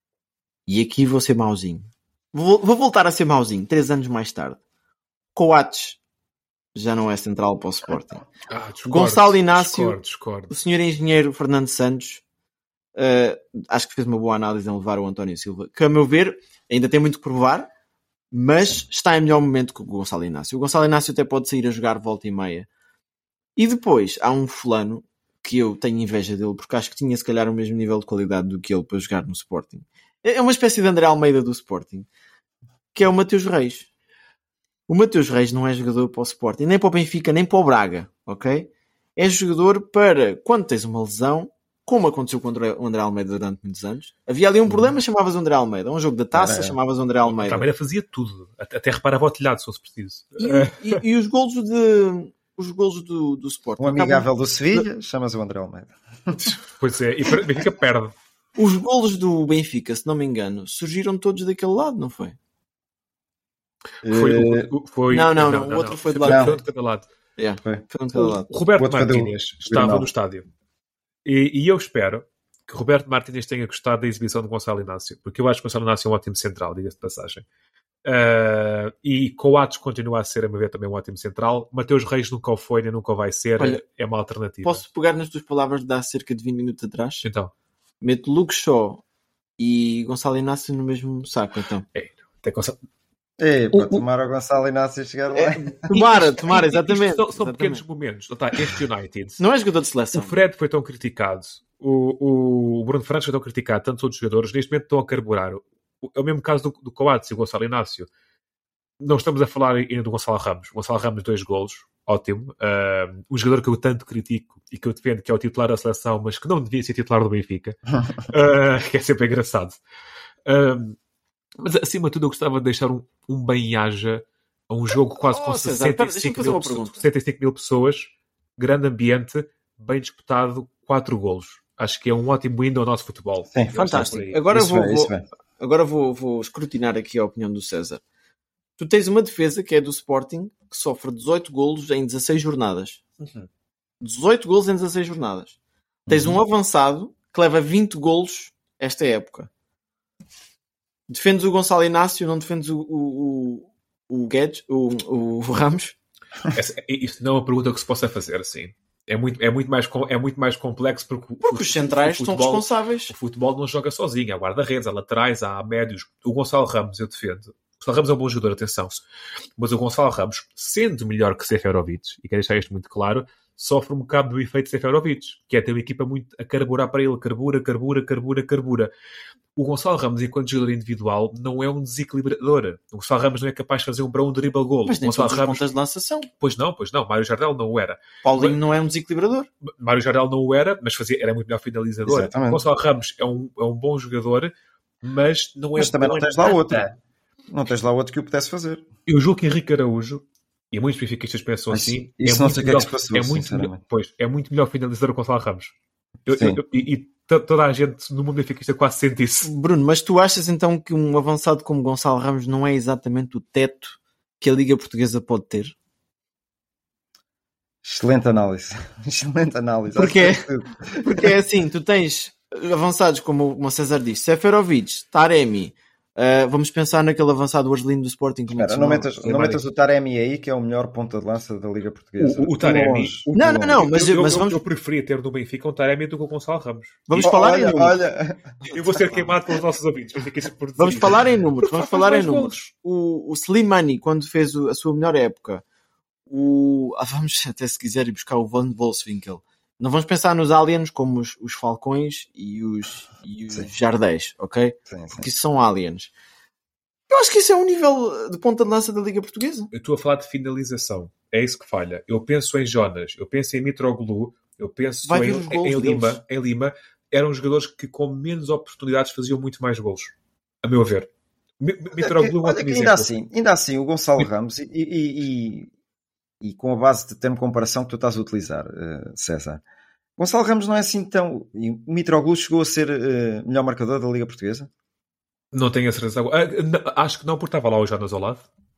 E aqui vou ser mauzinho. Vou, vou voltar a ser mauzinho, três anos mais tarde. Coates já não é central para o Sporting. Ah, discordo, Gonçalo Inácio, discordo, discordo. O senhor engenheiro Fernando Santos, uh, acho que fez uma boa análise em levar o António Silva, que a meu ver ainda tem muito que provar, mas está em melhor momento que o Gonçalo Inácio. O Gonçalo Inácio até pode sair a jogar volta e meia. E depois há um fulano que eu tenho inveja dele, porque acho que tinha se calhar o mesmo nível de qualidade do que ele para jogar no Sporting. É uma espécie de André Almeida do Sporting, que é o Mateus Reis. O Mateus Reis não é jogador para o Sporting, nem para o Benfica, nem para o Braga, ok? É jogador para, quando tens uma lesão, como aconteceu com o André Almeida durante muitos anos. Havia ali um problema, chamavas o André Almeida. Um jogo da taça, é. chamavas o André Almeida. O Almeida fazia tudo, até reparava ao telhado, se fosse preciso. E, e, e os golos de... Os golos do, do Sporting. Um amigável do Sevilha, chamas o André Almeida. Pois é, e o Benfica perde. Os golos do Benfica, se não me engano, surgiram todos daquele lado, não foi? Foi, uh, foi... Não, não, não, não, o outro não. foi do lado. Foi de cada lado. Yeah, foi. Foi de cada lado. O Roberto Martínez estava no estádio. E, e eu espero que Roberto Martínez tenha gostado da exibição de Gonçalo Inácio, porque eu acho que Gonçalo Inácio é um ótimo central, diga-se de passagem. Uh, e Coates continua a ser, a meu ver, também um ótimo central. Mateus Reis nunca o foi, nem nunca o vai ser. Olha, é uma alternativa. Posso pegar nas tuas palavras de há cerca de vinte minutos atrás? Então. Meto Luke Shaw e Gonçalo Inácio no mesmo saco, então. É, até Gonçalo... É, para tomar o Gonçalo Inácio chegar lá. É, tomara, tomara, exatamente. São, são exatamente. pequenos momentos. Tá, este United. Não é jogador de seleção. O Fred foi tão criticado. O, o Bruno Fernandes foi tão criticado. Tantos outros jogadores. Neste momento estão a carburar. É o mesmo caso do, do Coates e o Gonçalo Inácio. Não estamos a falar ainda do Gonçalo Ramos. O Gonçalo Ramos, dois golos. Ótimo. Uh, um jogador que eu tanto critico e que eu defendo, que é o titular da seleção, mas que não devia ser titular do Benfica. uh, que é sempre engraçado. Uh, Mas, acima de tudo, eu gostava de deixar um, um bem-aja a um jogo quase oh, com César, sessenta e cinco mil, sessenta e cinco mil pessoas, grande ambiente, bem disputado, quatro golos. Acho que é um ótimo hino ao nosso futebol. Sim, fantástico. Agora, isso vou, é, vou, agora vou, vou escrutinar aqui a opinião do César. Tu tens uma defesa que é do Sporting, que sofre dezoito golos em dezasseis jornadas. Uhum. dezoito golos em dezasseis jornadas. Tens uhum. um avançado que leva vinte golos esta época. Defendes o Gonçalo Inácio, não defendes o, o, o, o Guedes, o, o, o Ramos? Essa, isso não é uma pergunta que se possa fazer, assim. É muito, é muito, mais, é muito mais complexo porque, porque o, os centrais o futebol, são responsáveis. O futebol não joga sozinho. Há guarda-redes, há laterais, há médios. O Gonçalo Ramos eu defendo. Gonçalo Ramos é um bom jogador, atenção. Mas o Gonçalo Ramos, sendo melhor que Seferovic, e quero deixar isto muito claro, sofre um bocado do efeito Seferovic, que é ter uma equipa muito a carburar para ele. Carbura, carbura, carbura, carbura. O Gonçalo Ramos, enquanto jogador individual, não é um desequilibrador. O Gonçalo Ramos não é capaz de fazer um para um dribble goal. Mas nem Gonçalo todos os Ramos... pontas de lançação. Pois não, pois não. Mário Jardel não o era. Paulinho não é um desequilibrador. Mário Jardel não o era, mas fazia, era muito melhor finalizador. Exatamente. O Gonçalo Ramos é um, é um bom jogador, mas não é... Mas também não tens lá nada. outro. Não tens lá outro que o pudesse fazer. Eu julgo que Henrique Araújo, e muitos benfiquistas pensam Mas assim, isso é não muito sei o que é melhor, que se passou, é muito sinceramente. melhor, pois, é muito melhor finalizador que o Gonçalo Ramos. Eu, Sim. eu, e e to- toda a gente no mundo benfiquista quase sente isso. Bruno, mas tu achas então que um avançado como Gonçalo Ramos não é exatamente o teto que a Liga Portuguesa pode ter? Excelente análise. Excelente análise. Porquê? Acho que é tudo. Porque é assim, tu tens avançados como o César disse, Seferovic, Taremi, uh, vamos pensar naquele avançado Argelino do Sporting. Como Espera, não metas, não metas o Taremi aí, que é o melhor ponta de lança da Liga Portuguesa. O, o Taremi... Longe. o- Não, não, não, mas, eu, eu, mas eu- vamos, eu preferia ter no Benfica um Taremi do que o Gonçalo Ramos. vamos Oh, falar em olha, números. olha. Eu vou ser queimado pelos nossos ouvintes. Mas fiquei por dizer Vamos isto. falar em números, vamos Faz falar em mais números. O, o Slimani, quando fez o- a sua melhor época, o, ah, vamos até se quiser ir buscar o Van Volswinkel. Não vamos pensar nos aliens como os, os Falcões e os, e os Sim. Jardéis, ok? Sim, sim. Porque isso são aliens. Eu acho que isso é um nível de ponta de lança da Liga Portuguesa. Eu estou a falar de finalização. É isso que falha. Eu penso em Jonas, eu penso em Mitroglou, eu penso Vai em, ver os em, golos em Lima. deles. Em Lima eram jogadores que com menos oportunidades faziam muito mais golos. A meu ver. Mi- Mi- Mitroglou é um Olha que ótimo ainda exemplo. assim, ainda assim, o Gonçalo Ramos, e, e, e, e com a base de termo de comparação que tu estás a utilizar, eh, César, Gonçalo Ramos não é assim tão. E o Mitroglou chegou a ser eh, melhor marcador da Liga Portuguesa? Não tenho a certeza. Ah, n- acho que não, porque estava lá o Jonas ao lado.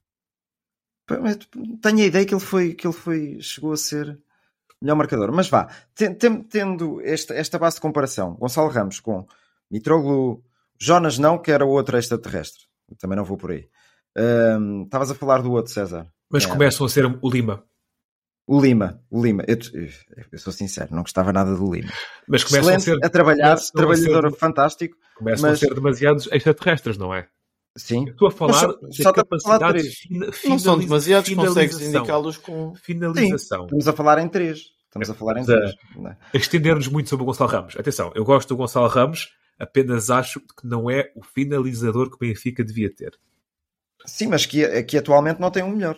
Pá, mas tenho a ideia que ele foi, que ele foi, chegou a ser melhor marcador. Mas vá, ten- ten- tendo esta, esta base de comparação, Gonçalo Ramos com Mitroglou, Jonas não, que era o outro extraterrestre. Também não vou por aí. Ahm, Estavas a falar do outro, César. Mas É. começam a ser o Lima. O Lima, o Lima. Eu, eu sou sincero, não gostava nada do Lima. Mas começam a Excelente ser, a trabalhar, começam a trabalhador ser- fantástico. começam mas- a ser demasiados extraterrestres, não é? Sim. Eu estou a falar Mas só- da só estamos a falar de capacidade de três. fina- Não são finaliza- demasiados, consegues finalização. indicá-los com... Finalização. Estamos a falar em três. Estamos a falar em Estamos a- três. Não é? Estender-nos muito sobre o Gonçalo Ramos. Atenção, eu gosto do Gonçalo Ramos, apenas acho que não é o finalizador que o Benfica devia ter. Sim, mas que, que atualmente não tem um melhor.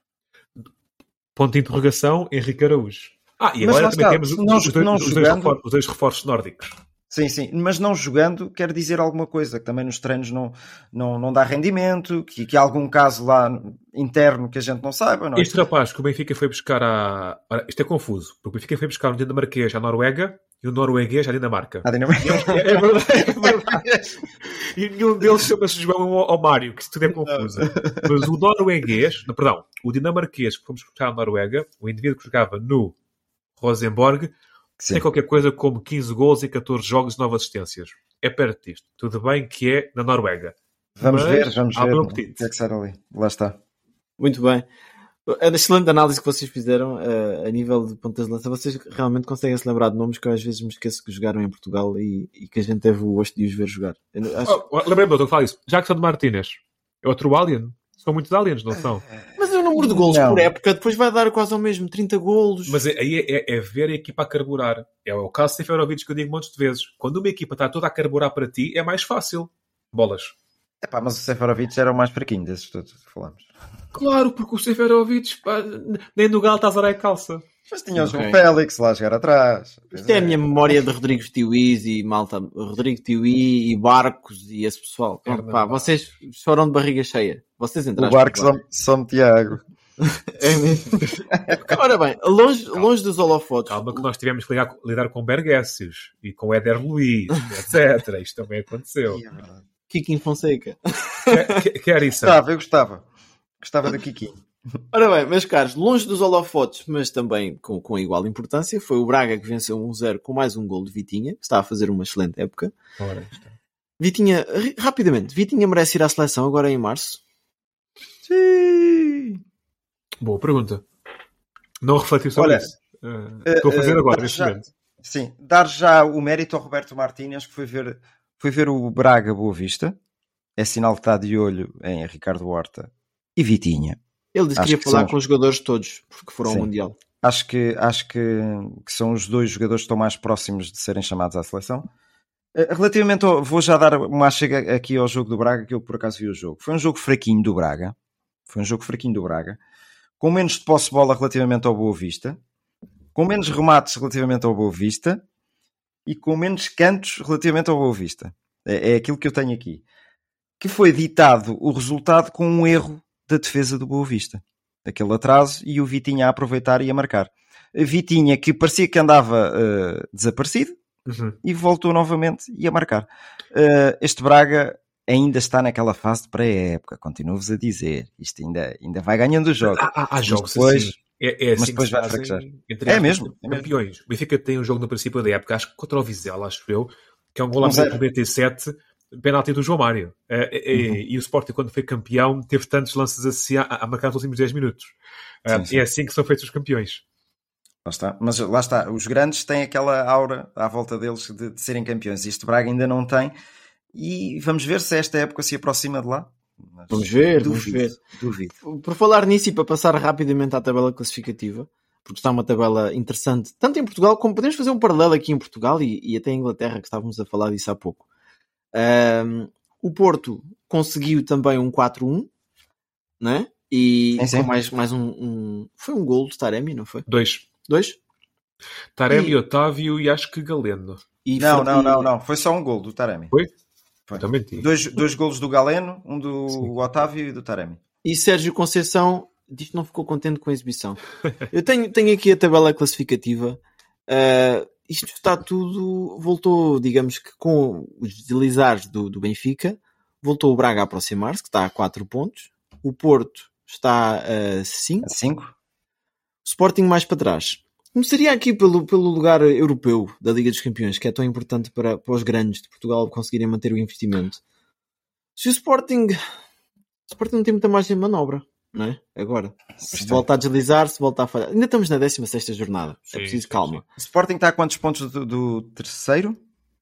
Ponto de interrogação, Henrique Araújo. Ah, e Mas agora lá também está, temos os, não- os dois, não os dois jogando- refor- os dois reforços nórdicos. Sim, sim, mas não jogando quer dizer alguma coisa, que também nos treinos não, não, não dá rendimento, que, que há algum caso lá interno que a gente não saiba, não é? Este rapaz que o Benfica foi buscar a... Ora, isto é confuso, porque o Benfica foi buscar um dinamarquês à Noruega e um norueguês à Dinamarca. A Dinamarca. É, é verdade, é verdade. E nenhum deles chama-se João ou ou Mário, que isso tudo é confuso. Mas o norueguês, não, perdão, o dinamarquês que fomos buscar à Noruega, o indivíduo que jogava no Rosenborg, Sim. tem qualquer coisa como quinze gols em catorze jogos e nove assistências. É perto disto. Tudo bem que é na Noruega. Vamos Mas ver, vamos há ver bom o apetite. que é que sai ali. Lá está. Muito bem. A excelente análise que vocês fizeram uh, a nível de pontas de lança. Vocês realmente conseguem se lembrar de nomes que eu às vezes me esqueço que jogaram em Portugal e, e que a gente teve o gosto de os ver jogar. Eu acho- Oh, lembrei-me, doutor, que fala isso. Jackson de Martínez. É outro alien? São muitos aliens, não são? Mas o número de golos Não. por época depois vai dar quase ao mesmo, trinta golos. Mas aí é, é- é ver a equipa a carburar. É o caso de Seferovic que eu digo montes de vezes. Quando uma equipa está toda a carburar para ti, é mais fácil. Bolas. Epá, mas o Seferovic era o mais fraquinho desses todos que falamos. Claro, porque o Seferovic pá, nem no Galatasaray calça. Mas tinha o João Ok. Félix lá a jogar atrás. Isto é a minha memória de Rodrigo Tiuís e malta, Rodrigo Tiuí e Barcos e esse pessoal. Pronto, pá, vocês foram de barriga cheia. Vocês O entraram. Barco só, só Tiago. É mesmo. Ora bem, longe, longe dos holofotes. Calma que nós tivemos que lidar, lidar com Bergessius e com Éder Luiz, etcétera. Isto também aconteceu. Kiki Fonseca. Quer, quer, quer isso? Gostava, eu gostava. Gostava do Kiki. Ora bem, meus caros, longe dos holofotes, mas também com, com igual importância, foi o Braga que venceu um zero com mais um gol de Vitinha, que está a fazer uma excelente época. Ora, está. Vitinha, ri- rapidamente, Vitinha merece ir à seleção agora em março? Sim. Boa pergunta. Não refletiu sobre Olha, isso. Uh, estou a fazer uh, agora, dar neste já- momento. Sim, dar já o mérito ao Roberto Martínez, que foi ver, foi ver o Braga Boa Vista. é sinal que está de olho em Ricardo Horta e Vitinha. Ele disse que queria falar com os jogadores todos, porque foram ao Mundial. Acho, que, acho que, que são os dois jogadores que estão mais próximos de serem chamados à seleção. Relativamente ao, vou já dar uma chega aqui ao jogo do Braga, que eu por acaso vi o jogo. Foi um jogo fraquinho do Braga. Foi um jogo fraquinho do Braga. Com menos de posse de bola relativamente ao Boa Vista. Com menos remates relativamente ao Boa Vista. E com menos cantos relativamente ao Boa Vista. É, é aquilo que eu tenho aqui. Que foi ditado o resultado com um erro da defesa do Boa Vista. Aquele atraso e o Vitinha a aproveitar e a marcar. A Vitinha que parecia que andava uh, desaparecido. Uhum. E voltou novamente e a marcar. Uh, este Braga ainda está naquela fase de pré-época, continuo-vos a dizer. Isto ainda, ainda vai ganhando os jogos. Há, há jogos depois, assim. É, é assim mas depois vai fraquejar. É mesmo. Campeões. O Benfica tem um jogo no princípio da época, acho que contra o Vizela, acho eu, que é um gol aos noventa e sete, penalti do João Mário. É, é, uhum. E o Sporting, quando foi campeão, teve tantos lances assim a, a marcar nos últimos dez minutos. Sim, sim. É assim que são feitos os campeões. Lá está. Mas lá está, os grandes têm aquela aura à volta deles de, de serem campeões. Este Braga ainda não tem. E vamos ver se esta época se aproxima de lá. Mas vamos ver, duvido, vamos ver. Duvido. Por falar nisso e para passar rapidamente à tabela classificativa, porque está uma tabela interessante, tanto em Portugal como podemos fazer um paralelo aqui em Portugal e, e até em Inglaterra, que estávamos a falar disso há pouco. Um, o Porto conseguiu também um quatro a um, né? E sim, sim. Com mais, mais um, um... Foi um gol do Taremi, não foi? Dois. Dois? Taremi, e... Otávio e acho que Galeno. E não, não, não, não. Foi só um gol do Taremi. Foi? Foi. Dois, dois golos do Galeno, um do sim. Otávio e do Taremi. E Sérgio Conceição diz que não ficou contente com a exibição. Eu tenho, tenho aqui a tabela classificativa. Uh, isto está tudo... Voltou, digamos que com os deslizares do, do Benfica, voltou o Braga a aproximar-se, que está a quatro pontos. O Porto está a cinco. A cinco. O Sporting mais para trás. Começaria aqui pelo, pelo lugar europeu da Liga dos Campeões, que é tão importante para, para os grandes de Portugal conseguirem manter o investimento. Se o Sporting... O Sporting não tem muita margem de manobra, não é? Agora. Se Sim. volta a deslizar, se volta a falhar. Ainda estamos na décima sexta jornada. Sim, é preciso calma. O Sporting está a quantos pontos do, do terceiro?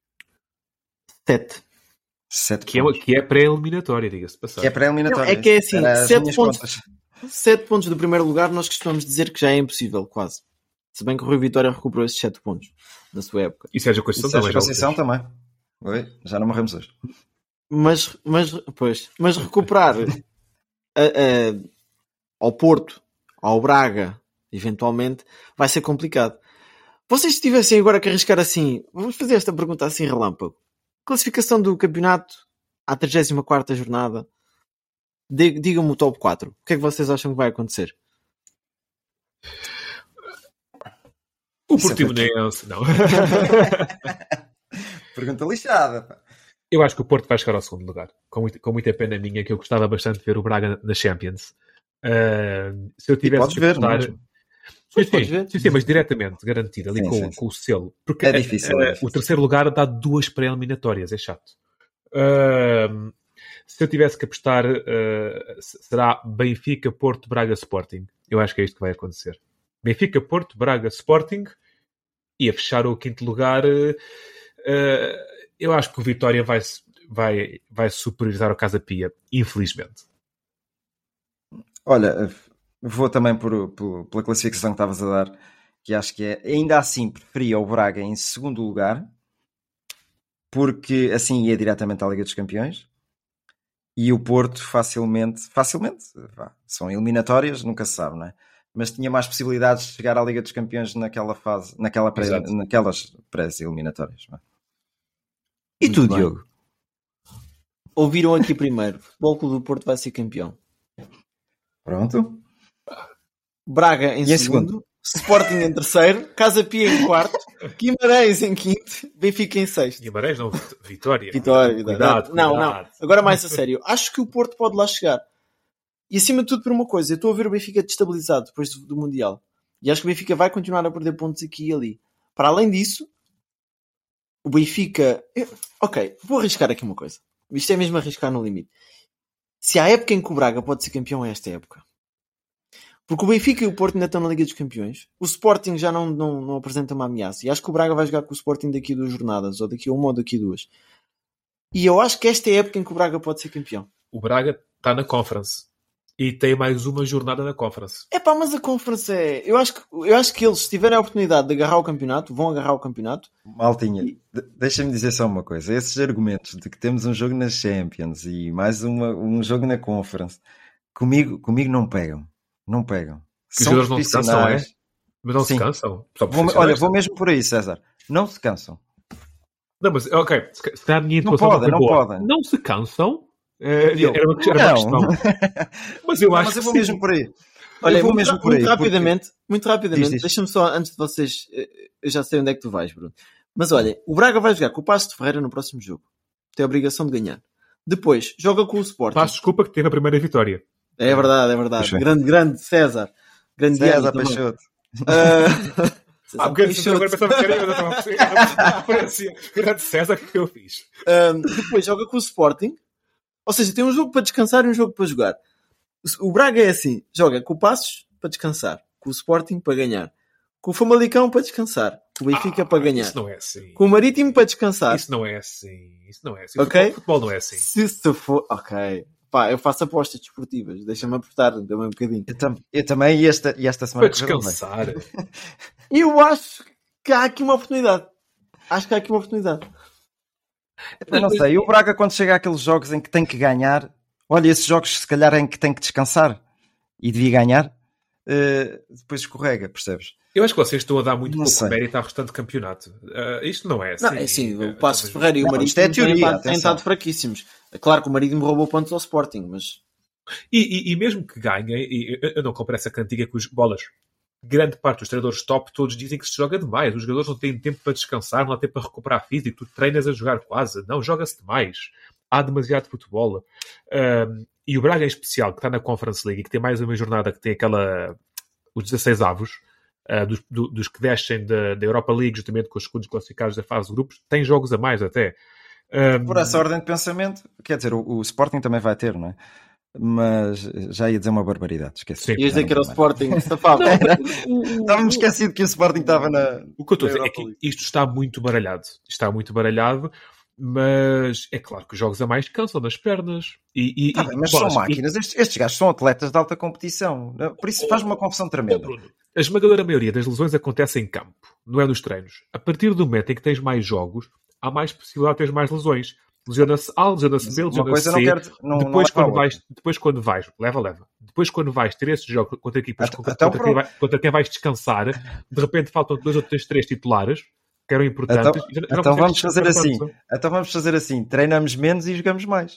Sete. Sete que, é, que é pré-eliminatória, diga-se passar. Que é pré-eliminatória. Não, é que é assim, sete pontos, sete pontos do primeiro lugar nós costumamos dizer que já é impossível, quase. Se bem que o Rui Vitória recuperou esses sete pontos na sua época. E Sérgio Conceição também. Sérgio Conceição também. Oi, já não morremos hoje. Mas, mas, pois, mas recuperar a, a, ao Porto, ao Braga, eventualmente, vai ser complicado. Vocês tivessem agora que arriscar assim, vamos fazer esta pergunta assim relâmpago. Classificação do campeonato à trigésima quarta jornada. Digam-me o top quatro. O que é que vocês acham que vai acontecer? O Portimonense, não. Pergunta lixada. Eu acho que o Porto vai chegar ao segundo lugar. Com, muito, com muita pena minha, que eu gostava bastante de ver o Braga na Champions. Uh, se eu tivesse podes ver, votar... mesmo. Sim, sim, sim, sim, sim, mas diretamente, garantido, ali sim, com, sim. com o selo. Porque é difícil, a, a, é difícil. O terceiro lugar dá duas pré-eliminatórias, é chato. Uh, se eu tivesse que apostar, uh, será Benfica, Porto, Braga, Sporting. Eu acho que é isto que vai acontecer. Benfica, Porto, Braga, Sporting, e a fechar o quinto lugar, uh, uh, eu acho que o Vitória vai, vai, vai superiorizar o Casa Pia, infelizmente. Olha, vou também por, por, pela classificação que estavas a dar, que acho que é, ainda assim preferia o Braga em segundo lugar, porque assim ia diretamente à Liga dos Campeões, e o Porto facilmente, facilmente, vá, são eliminatórias, nunca se sabe, não é? Mas tinha mais possibilidades de chegar à Liga dos Campeões naquela fase, naquela pré, naquelas pré-eliminatórias. E tu, bem. Diogo? Ouviram aqui primeiro. O Futebol Clube do Porto vai ser campeão. Pronto. Braga em, e segundo, em segundo. Sporting em terceiro, Casa Pia em quarto, Guimarães em quinto, Benfica em sexto. Guimarães não, Vitória. Vitória, Vitória. Cuidado, não, cuidado. não. Agora mais a sério. Acho que o Porto pode lá chegar. E acima de tudo por uma coisa, eu estou a ver o Benfica destabilizado depois do, do Mundial. E acho que o Benfica vai continuar a perder pontos aqui e ali. Para além disso, o Benfica... Eu... Ok, vou arriscar aqui uma coisa. Isto é mesmo arriscar no limite. Se há época em que o Braga pode ser campeão, é esta época. Porque o Benfica e o Porto ainda estão na Liga dos Campeões. O Sporting já não, não, não apresenta uma ameaça. E acho que o Braga vai jogar com o Sporting daqui a duas jornadas. Ou daqui a uma ou daqui a duas. E eu acho que esta é a época em que o Braga pode ser campeão. O Braga está na Conference. E tem mais uma jornada na Conference. É pá, mas a Conference é... Eu acho, que, eu acho que eles, se tiverem a oportunidade de agarrar o campeonato, vão agarrar o campeonato. Maltinha, e... deixa-me dizer só uma coisa. Esses argumentos de que temos um jogo na Champions e mais uma, um jogo na Conference, comigo, comigo não pegam. Não pegam. Os jogadores não se cansam, é? Mas não Sim. se cansam? Vou, olha, vou mesmo por aí, César. Não se cansam. Não, mas, ok. Se a minha não podem, não boa, podem. Não se cansam? Uh, eu, era uma, era uma não. questão. Mas eu não, acho mas eu vou que mesmo por aí. Olha, eu vou muito, mesmo por muito aí, rapidamente, porque... muito rapidamente, deixa-me só, antes de vocês, eu já sei onde é que tu vais, Bruno. Mas olha, o Braga vai jogar com o Paços de Ferreira no próximo jogo. Tem a obrigação de ganhar. Depois, joga com o Sporting. Passo desculpa que teve a primeira vitória. É verdade, é verdade. Puxa. Grande, grande César. Grande César Peixoto. Uh... Ah, porque agora pensava que era eu, não estava grande César, que eu fiz. Um, depois joga com o Sporting. Ou seja, tem um jogo para descansar e um jogo para jogar. O Braga é assim, joga com o Paços para descansar, com o Sporting para ganhar, com o Famalicão para descansar, com o Benfica ah, para ganhar. Isso não é assim. Com o Marítimo para descansar. Isso não é assim. Isso não é assim. Okay? O futebol não é assim. Se isso for... Ok. Pá, eu faço apostas desportivas. Deixa-me apertar também um bocadinho. Eu, tam... eu também, e esta, e esta semana... Para descansar. Eu acho que há aqui uma oportunidade. Acho que há aqui uma oportunidade. Eu não sei. E o Braga, quando chega àqueles jogos em que tem que ganhar... Olha, esses jogos, se calhar, em que tem que descansar e devia ganhar, uh, depois escorrega, percebes? Eu acho que vocês estão a dar muito não pouco sei. mérito ao restante campeonato. Uh, isto não é assim. Não, é assim. O Paços de Ferreira e o Marítimo é teoria, têm estado fraquíssimos. É claro que o Marítimo roubou pontos ao Sporting, mas... E, e, e mesmo que ganhem, e eu não compro essa cantiga com os bolas. Grande parte dos treinadores top todos dizem que se joga demais. Os jogadores não têm tempo para descansar, não há tempo para recuperar físico. Tu treinas a jogar quase. Não, joga-se demais. Há demasiado futebol. Um, e o Braga em especial, que está na Conference League e que tem mais uma jornada que tem aquela... os dezasseis avos, uh, dos, do, dos que descem da, da Europa League, justamente com os segundos classificados da fase de grupos, tem jogos a mais até. Um... Por essa ordem de pensamento, quer dizer, o, o Sporting também vai ter, não é? Mas já ia dizer uma barbaridade, esqueci. Ias dizer que era o Sporting, safado. Estava-me esquecido que o Sporting estava na... O que eu estou a dizer é que isto está muito baralhado. Está muito baralhado, mas é claro que os jogos a mais cansam das pernas. E, e, tá e, bem, mas bolas, são máquinas. E... Estes, estes gajos são atletas de alta competição. Por isso faz uma confusão tremenda. A esmagadora maioria das lesões acontece em campo, não é nos treinos. A partir do momento em que tens mais jogos, há mais possibilidade de teres mais lesões. Lesiona-se A, lesiona-se B, lesiona-se C. Quero, não, depois, não quando vais, depois quando vais, leva, leva. Depois quando vais ter esses jogos contra equipas até, contra, até contra, quem vai, contra quem vais descansar, de repente faltam dois ou três, três titulares que eram importantes. Então, já, já então vamos fazer assim. Tanto. Então vamos fazer assim. Treinamos menos e jogamos mais.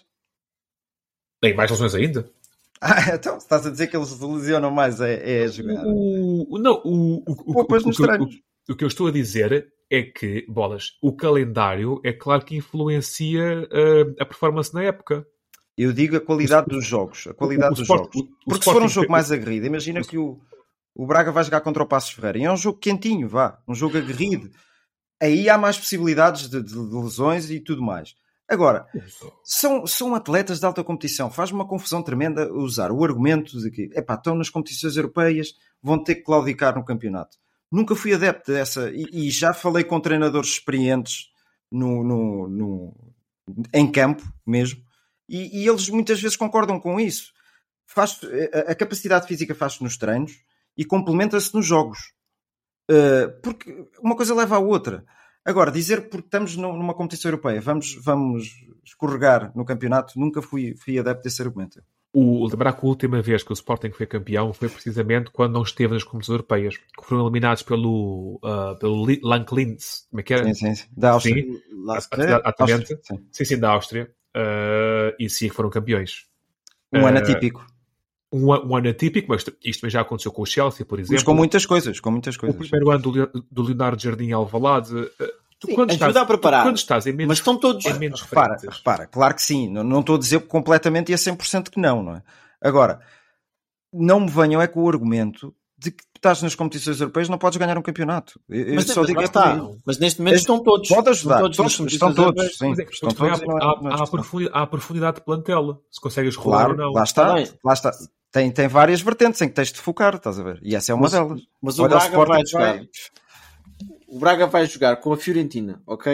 Tem mais lesões ainda? Ah, então estás a dizer que eles lesionam mais é, é jogar. O, não, o, o, o, o, o, o, o que eu estou a dizer é que, bolas, o calendário é claro que influencia uh, a performance na época. Eu digo a qualidade o, dos jogos. A qualidade o, o dos sport, jogos. O, Porque se for um jogo mais aguerrido, imagina que o, o Braga vai jogar contra o Paços de Ferreira. E é um jogo quentinho, vá. Um jogo aguerrido. Aí há mais possibilidades de, de, de lesões e tudo mais. Agora, são, são atletas de alta competição. Faz uma confusão tremenda usar o argumento de que epá, estão nas competições europeias, vão ter que claudicar no campeonato. Nunca fui adepto dessa, e, e já falei com treinadores experientes no, no, no, em campo mesmo, e, e eles muitas vezes concordam com isso. Faz, a, a capacidade física faz-se nos treinos e complementa-se nos jogos. Uh, porque uma coisa leva à outra. Agora, dizer que porque estamos numa competição europeia, vamos, vamos escorregar no campeonato, nunca fui, fui adepto desse argumento. O, lembrar que a última vez que o Sporting foi campeão foi precisamente quando não esteve nas competições europeias, que foram eliminados pelo, uh, pelo Lank Linz, como é que era? Sim, sim, sim. Da Áustria. Sim, exatamente. Sim. sim, sim, da Áustria. Uh, e sim, foram campeões. Um uh, ano atípico. Um, um ano atípico, mas isto também já aconteceu com o Chelsea, por exemplo. Mas com muitas coisas, com muitas coisas. O primeiro ano do, do Leonardo Jardim Alvalade... Uh, Tu, sim, quando estás, a preparar. Quando estás em menos, mas estão todos... em menos repara, repara, claro que sim. Não, não estou a dizer completamente e a cem por cento que não, não é? Agora, não me venham é com o argumento de que estás nas competições europeias não podes ganhar um campeonato. Eu mas, só digo é está. Mas neste momento estão todos. Pode ajudar. Estão todos. todos estão todos, sim. É, estão todos há, há, há, a profundidade, há a profundidade de plantel. Se consegues rolar claro, ou não. Lá está. Lá está. Tem, tem várias vertentes em que tens de focar, estás a ver? E essa é uma mas, delas. Mas o Braga vai jogar... Vai... O Braga vai jogar com a Fiorentina, ok?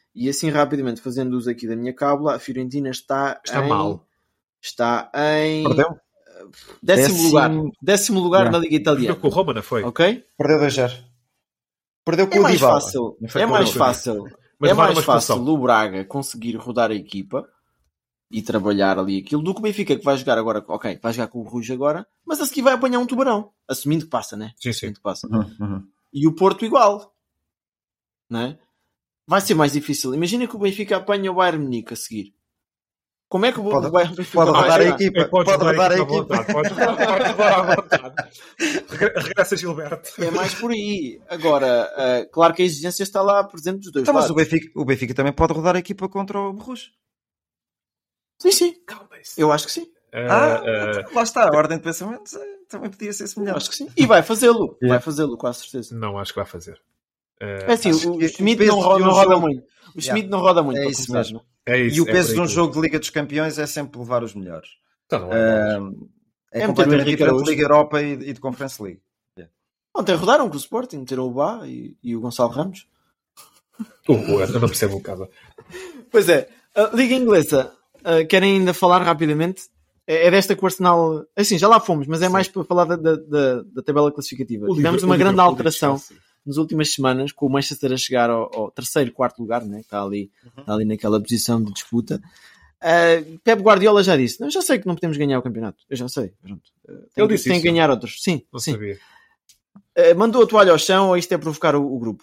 E assim, rapidamente, fazendo uso aqui da minha cábula, a Fiorentina está, Está em... mal. Está em... Perdeu? Décimo, Décimo- lugar. Décimo lugar Yeah. na Liga Perdeu Italiana. com o Roma, não foi? Ok? Perdeu dois a zero. Perdeu com É o mais Dybala. fácil. Não foi É com mais ele. fácil. Mas é levaram mais uma expulsão. fácil o Braga conseguir rodar a equipa e trabalhar ali aquilo do que o Benfica, que vai jogar agora, ok, vai jogar com o Rujo agora, mas a seguir vai apanhar um tubarão, assumindo que passa, né? Sim, sim. Assumindo que passa. Uhum, uhum. E o Porto igual, né? Vai ser mais difícil. Imagina que o Benfica apanha o Bayern Munique a seguir. Como é que o Pode- Bayern Benfica Pode vai rodar a jogar? equipa. É, pode Pode rodar a à equipa. vontade. Pode rodar pode rodar à vontade. Regre- Regressa Gilberto. É mais por aí. Agora, eh, claro que a exigência está lá presente dos dois Então, mas lados. o Benfica, o Benfica também pode rodar a equipa contra o Borussia. Sim, sim. Calma-se. Eu acho que sim. Ah, Ah, lá está, a ordem de pensamento eh, também podia ser Eu semelhante. acho que sim. E vai fazê-lo. Yeah. Vai fazê-lo, com a certeza. não, acho que vai fazer. Ah, É assim, Acho o que Schmidt o peso não, ro- de um não roda jogo- muito. O Yeah. Schmidt não roda muito. É para isso começar, mesmo. é isso, E o é peso por de um aí tudo. jogo de Liga dos Campeões é sempre levar os melhores. Então, não é Ah, é É meter o completamente Henrique diferente de Araújo. Liga Europa e, e de Conference League. Ontem rodaram com o Sporting, meteram o Bá e, e o Gonçalo Ramos. Uh, uh, eu não percebo o caso. Pois é, a Liga Inglesa, uh, querem ainda falar rapidamente? É, é desta que o Arsenal... Assim, já lá fomos, mas é mais para falar da, da, da, da tabela classificativa. O Tivemos Liverpool- uma o grande Liverpool e alteração Chelsea. nas últimas semanas, com o Manchester a chegar ao, ao terceiro, quarto lugar, né? Está ali, está ali naquela posição de disputa. Uh, Pep Guardiola já disse, eu já sei que não podemos ganhar o campeonato, eu já sei, pronto. Uh, tem, Ele disse tem que isso? ganhar outros, sim, Não sim. sabia. Uh, mandou a toalha ao chão ou isto é provocar o, o grupo?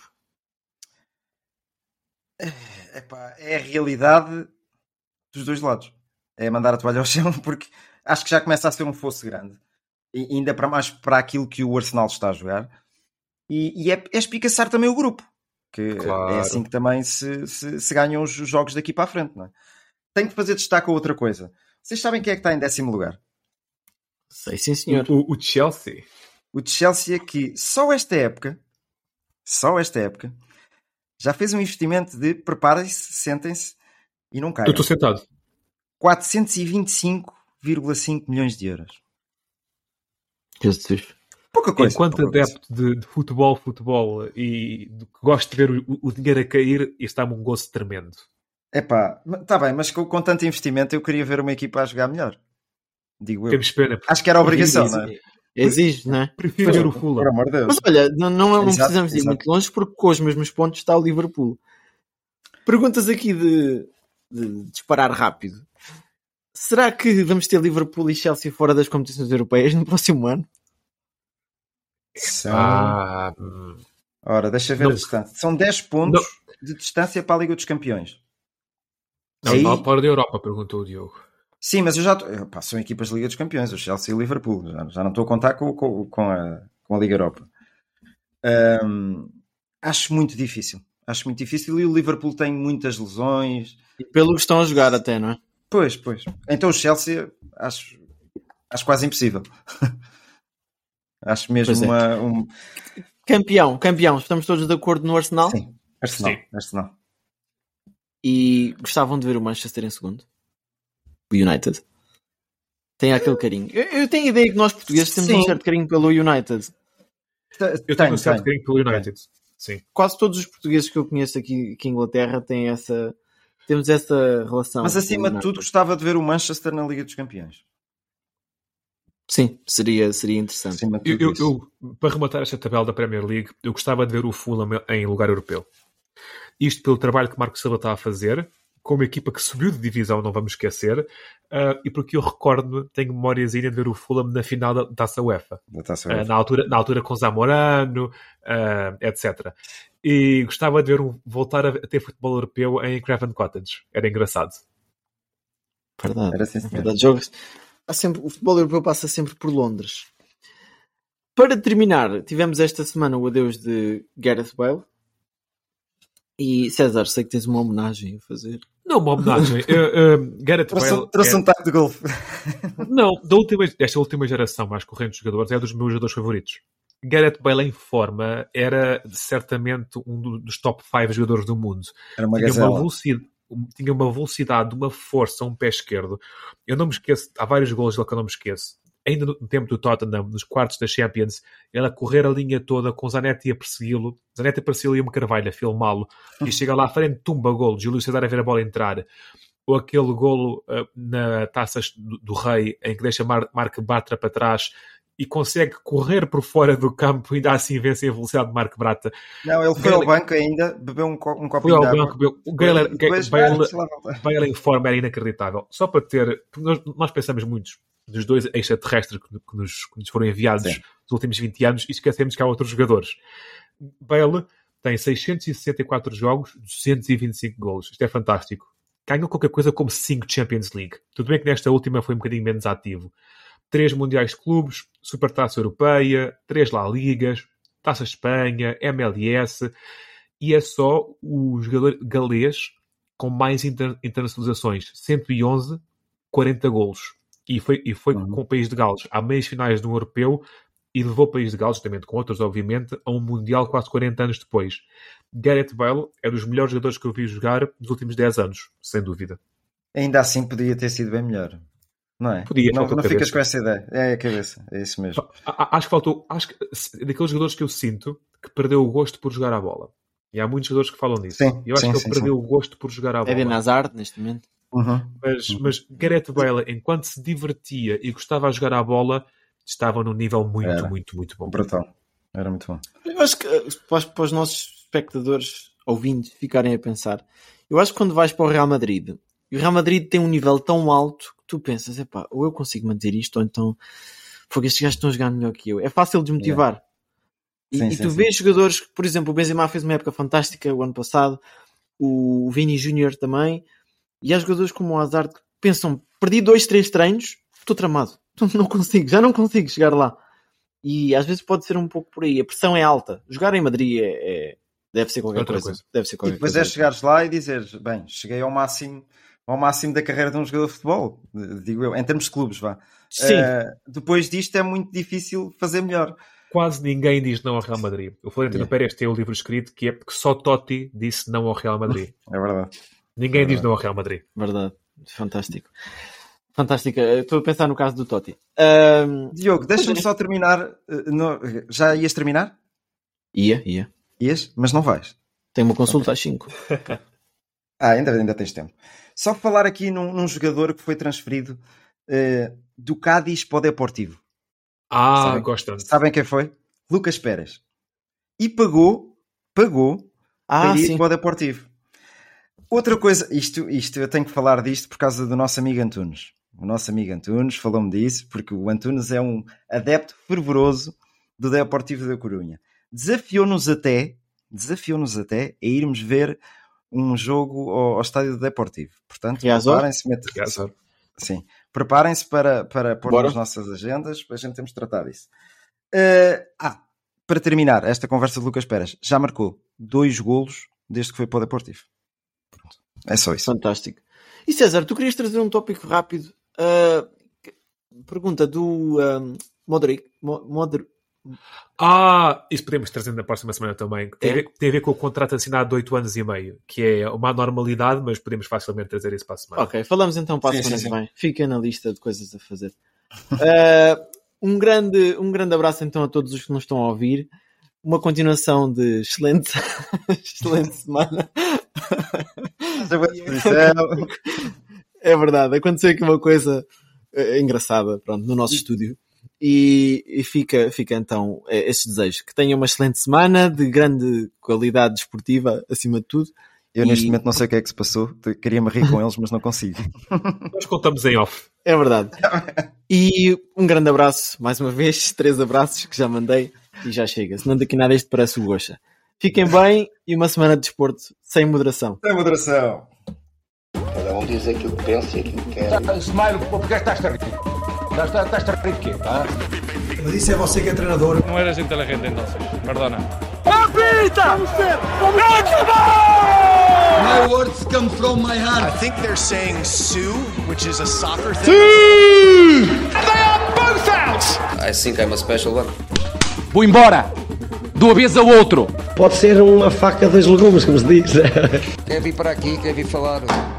Epá, é a realidade dos dois lados. É mandar a toalha ao chão, porque acho que já começa a ser um fosso grande. E ainda para mais para aquilo que o Arsenal está a jogar. E, e é, é espicaçar também o grupo. Que Claro. é assim que também se, se, se ganham os jogos daqui para a frente. Não é? Tenho que fazer destaque a outra coisa. Vocês sabem quem é que está em décimo lugar? Sei sim, senhor. O, o Chelsea. O Chelsea aqui, só esta época, só esta época, já fez um investimento de, preparem-se, sentem-se e não Eu caiam. estou sentado. quatrocentos e vinte e cinco vírgula cinco milhões de euros. Jesus. Pouca coisa. Enquanto pouca coisa. adepto de, de futebol, futebol e de que gosto de ver o, o dinheiro a cair, isto dá-me um gosto tremendo. Epá, está bem, mas com, com tanto investimento eu queria ver uma equipa a jogar melhor. Digo eu. Temos pena. Acho que era obrigação, não é? Exige, não é? Prefiro ver o Fulham. Por amor de Deus. Mas olha, não, não, não Exato, precisamos ir exato. muito longe porque com os mesmos pontos está o Liverpool. Perguntas aqui de, de disparar rápido. Será que vamos ter Liverpool e Chelsea fora das competições europeias no próximo ano? São... Ah, hum. Ora, deixa ver Não. a distância. São dez pontos de distância para a Liga dos Campeões. não, Aí- não, fora da Europa, perguntou o Diogo. Sim, mas eu já... tô- Epá, são equipas de Liga dos Campeões, o Chelsea e o Liverpool. Já, já não estou a contar com, com, com, a, com a Liga Europa. Ahm, acho muito difícil. Acho muito difícil e o Liverpool tem muitas lesões. E pelo que estão a jogar até, não é? Pois, pois. Então o Chelsea acho, acho quase impossível. acho mesmo Pois é. uma... Um... Campeão, campeão. Estamos todos de acordo no Arsenal? Sim, Arsenal. Sim. Arsenal. E gostavam de ver o Manchester em segundo? O United? Tem aquele carinho. Eu, eu tenho a ideia que nós portugueses temos Sim. um certo carinho pelo United. Eu tenho um certo carinho pelo United. Sim. Quase todos os portugueses que eu conheço aqui, aqui em Inglaterra têm essa... Temos essa relação. Mas acima com o de United. tudo gostava de ver o Manchester na Liga dos Campeões. Sim, seria, seria interessante. Acima de Eu, tudo eu- isso. eu, para rematar esta tabela da Premier League, eu gostava de ver o Fulham em lugar europeu. Isto pelo trabalho que Marco Silva está a fazer, com uma equipa que subiu de divisão, não vamos esquecer, uh, e porque eu recordo-me, tenho memóriazinha de ver o Fulham na final da Taça UEFA. Da Taça Uh, UEFA. na, altura, na altura com Zamorano, uh, etcétera. E gostava de ver um, voltar a ter futebol europeu em Craven Cottage. Era engraçado. Verdade. Era assim, senhor. Verdade. Jogos... Há sempre... O futebol europeu passa sempre por Londres. Para terminar, tivemos esta semana o adeus de Gareth Bale. E César, sei que tens uma homenagem a fazer. Não, uma homenagem. uh, uh, Gareth Trouxe, Bale um- trouxe é- um taco de golfe. Não, da última, desta última geração mais corrente de jogadores, é dos meus jogadores favoritos. Gareth Bale em forma era certamente um do- dos top cinco jogadores do mundo. Era uma Tinha uma, gazela. velocidade, tinha uma velocidade, uma força, um pé esquerdo. Eu não me esqueço, há vários golos dele que eu não me esqueço. ainda no tempo do Tottenham, nos quartos da Champions, ele a correr a linha toda com o Zanetti a persegui-lo, Zanetti a persegui-lo e o Carvalho a filmá-lo, e chega lá à frente, tumba golo, Júlio César a ver a bola entrar, ou aquele golo uh, na Taça do, do Rei, em que deixa Mar- Marc Bartra para trás e consegue correr por fora do campo e ainda assim vence a velocidade de Marc Bartra. Não, ele foi Gale... ao banco ainda, bebeu um, co- um copo de água. Foi ao banco, bebeu... O Gale, depois, Bale, Bale em forma era inacreditável. Só para ter... Nós, nós pensamos muitos dos dois extraterrestres que, que, nos, que nos foram enviados Sim. nos últimos vinte anos e esquecemos que há outros jogadores. Bale tem seiscentos e sessenta e quatro jogos, duzentos e vinte e cinco golos. Isto é fantástico. Ganhou qualquer coisa como cinco Champions League. Tudo bem que nesta última foi um bocadinho menos ativo. três Mundiais de Clubes, Supertaça Europeia, três La Ligas, Taça Espanha, M L S, e é só o jogador galês com mais inter- internacionalizações, cento e onze, quarenta golos. E foi, e foi uhum. com o País de Gales à meias finais de um europeu e levou o País de Gales, justamente com outros, obviamente, a um Mundial quase quarenta anos depois. Gareth Bale é dos melhores jogadores que eu vi jogar nos últimos dez anos, sem dúvida. Ainda assim podia ter sido bem melhor. Não é? Podia, não não ficas com essa ideia. É a cabeça, é isso mesmo. Acho que faltou, acho que daqueles jogadores que eu sinto que perdeu o gosto por jogar a bola. E há muitos jogadores que falam disso. Sim, eu acho sim, que ele sim, perdeu sim. o gosto por jogar a bola. Eden Hazard, neste momento. Uhum. Mas, uhum. mas Gareth Bale, enquanto se divertia e gostava de jogar a bola, estava num nível muito, Era. muito, muito bom. Brutal. Era muito bom. Eu acho que para os, para os nossos espectadores, ouvintes, ficarem a pensar, eu acho que quando vais para o Real Madrid, e o Real Madrid tem um nível tão alto que tu pensas, epá, ou eu consigo manter isto, ou então porque estes gajos estão a jogar melhor que eu. É fácil desmotivar. Yeah. E, sim, e sim, tu sim. vês jogadores, por exemplo, o Benzema fez uma época fantástica o ano passado, o Vini Júnior também, e há jogadores como o Hazard que pensam, perdi dois, três treinos, estou tramado, não consigo, já não consigo chegar lá. E às vezes pode ser um pouco por aí, a pressão é alta. Jogar em Madrid é, é... deve ser qualquer coisa. coisa. Deve ser qualquer e depois coisa. é chegares lá e dizeres, bem, cheguei ao máximo, ao máximo da carreira de um jogador de futebol, digo eu, em termos de clubes, vá. Sim. Uh, depois disto é muito difícil fazer melhor. Quase ninguém diz não ao Real Madrid. O Florentino yeah. Pérez tem o livro escrito que é porque só Totti disse não ao Real Madrid. É verdade. Ninguém é diz verdade. não ao Real Madrid. Verdade. Fantástico. Fantástico. Estou a pensar no caso do Totti. Um... Diogo, deixa-me só terminar. Uh, no... Já ias terminar? Ia, ia. Ias? Mas não vais. Tenho uma consulta às cinco. ah, ainda, ainda tens tempo. Só falar aqui num, num jogador que foi transferido uh, do Cádiz para o Deportivo. Ah, sabem, gosto tanto. Sabem quem foi? Lucas Pérez. E pagou, pagou ah, para ir sim. para o Deportivo. Outra coisa, isto, isto eu tenho que falar disto por causa do nosso amigo Antunes. O nosso amigo Antunes falou-me disso, porque o Antunes é um adepto fervoroso do Deportivo da Corunha. Desafiou-nos até, desafiou-nos até a irmos ver um jogo ao, ao estádio do Deportivo. Portanto, preparem-se, met... Sim. preparem-se para, para pôr Bora. nas nossas agendas, para a gente temos de tratar disso. Uh, ah, para terminar esta conversa de Lucas Pérez, já marcou dois golos desde que foi para o Deportivo. Pronto. É só isso. Fantástico. E César, tu querias trazer um tópico rápido? Uh, pergunta do um, Modric. Mo, Modric. Ah, isso podemos trazer na próxima semana também. Tem, é? a ver, tem a ver com o contrato assinado de oito anos e meio, que é uma normalidade, mas podemos facilmente trazer isso para a semana. Ok, falamos então para a sim, semana sim, que sim. vem. Fica na lista de coisas a fazer. uh, um, grande, um grande abraço então a todos os que nos estão a ouvir. Uma continuação de excelente, excelente semana. É verdade, aconteceu aqui uma coisa engraçada, pronto, no nosso estúdio. E, e fica, fica então este desejo. Que tenham uma excelente semana, de grande qualidade desportiva, acima de tudo. Eu e... neste momento não sei o que é que se passou. Queria-me rir com eles, mas não consigo. Nós contamos em off. É verdade. E um grande abraço, mais uma vez. Três abraços que já mandei e já chega. Se não daqui nada isto parece o Goxa. Fiquem bem e uma semana de desporto sem moderação. Sem moderação. Cada um diz aquilo que pensa e aquilo que quer. Tá, Smile, porque estás a rir? Estás a rir de quê? Tá? Mas isso é você que é treinador. No eres inteligente entonces, perdona. Apita! My words come from my I heart. think they're saying Sue, which is a soccer thing. They are both out! I think I'm a special one. Vou embora! De uma vez ao outro! Pode ser uma faca dos legumes, como se diz. Quer vir para aqui, quer vir falar.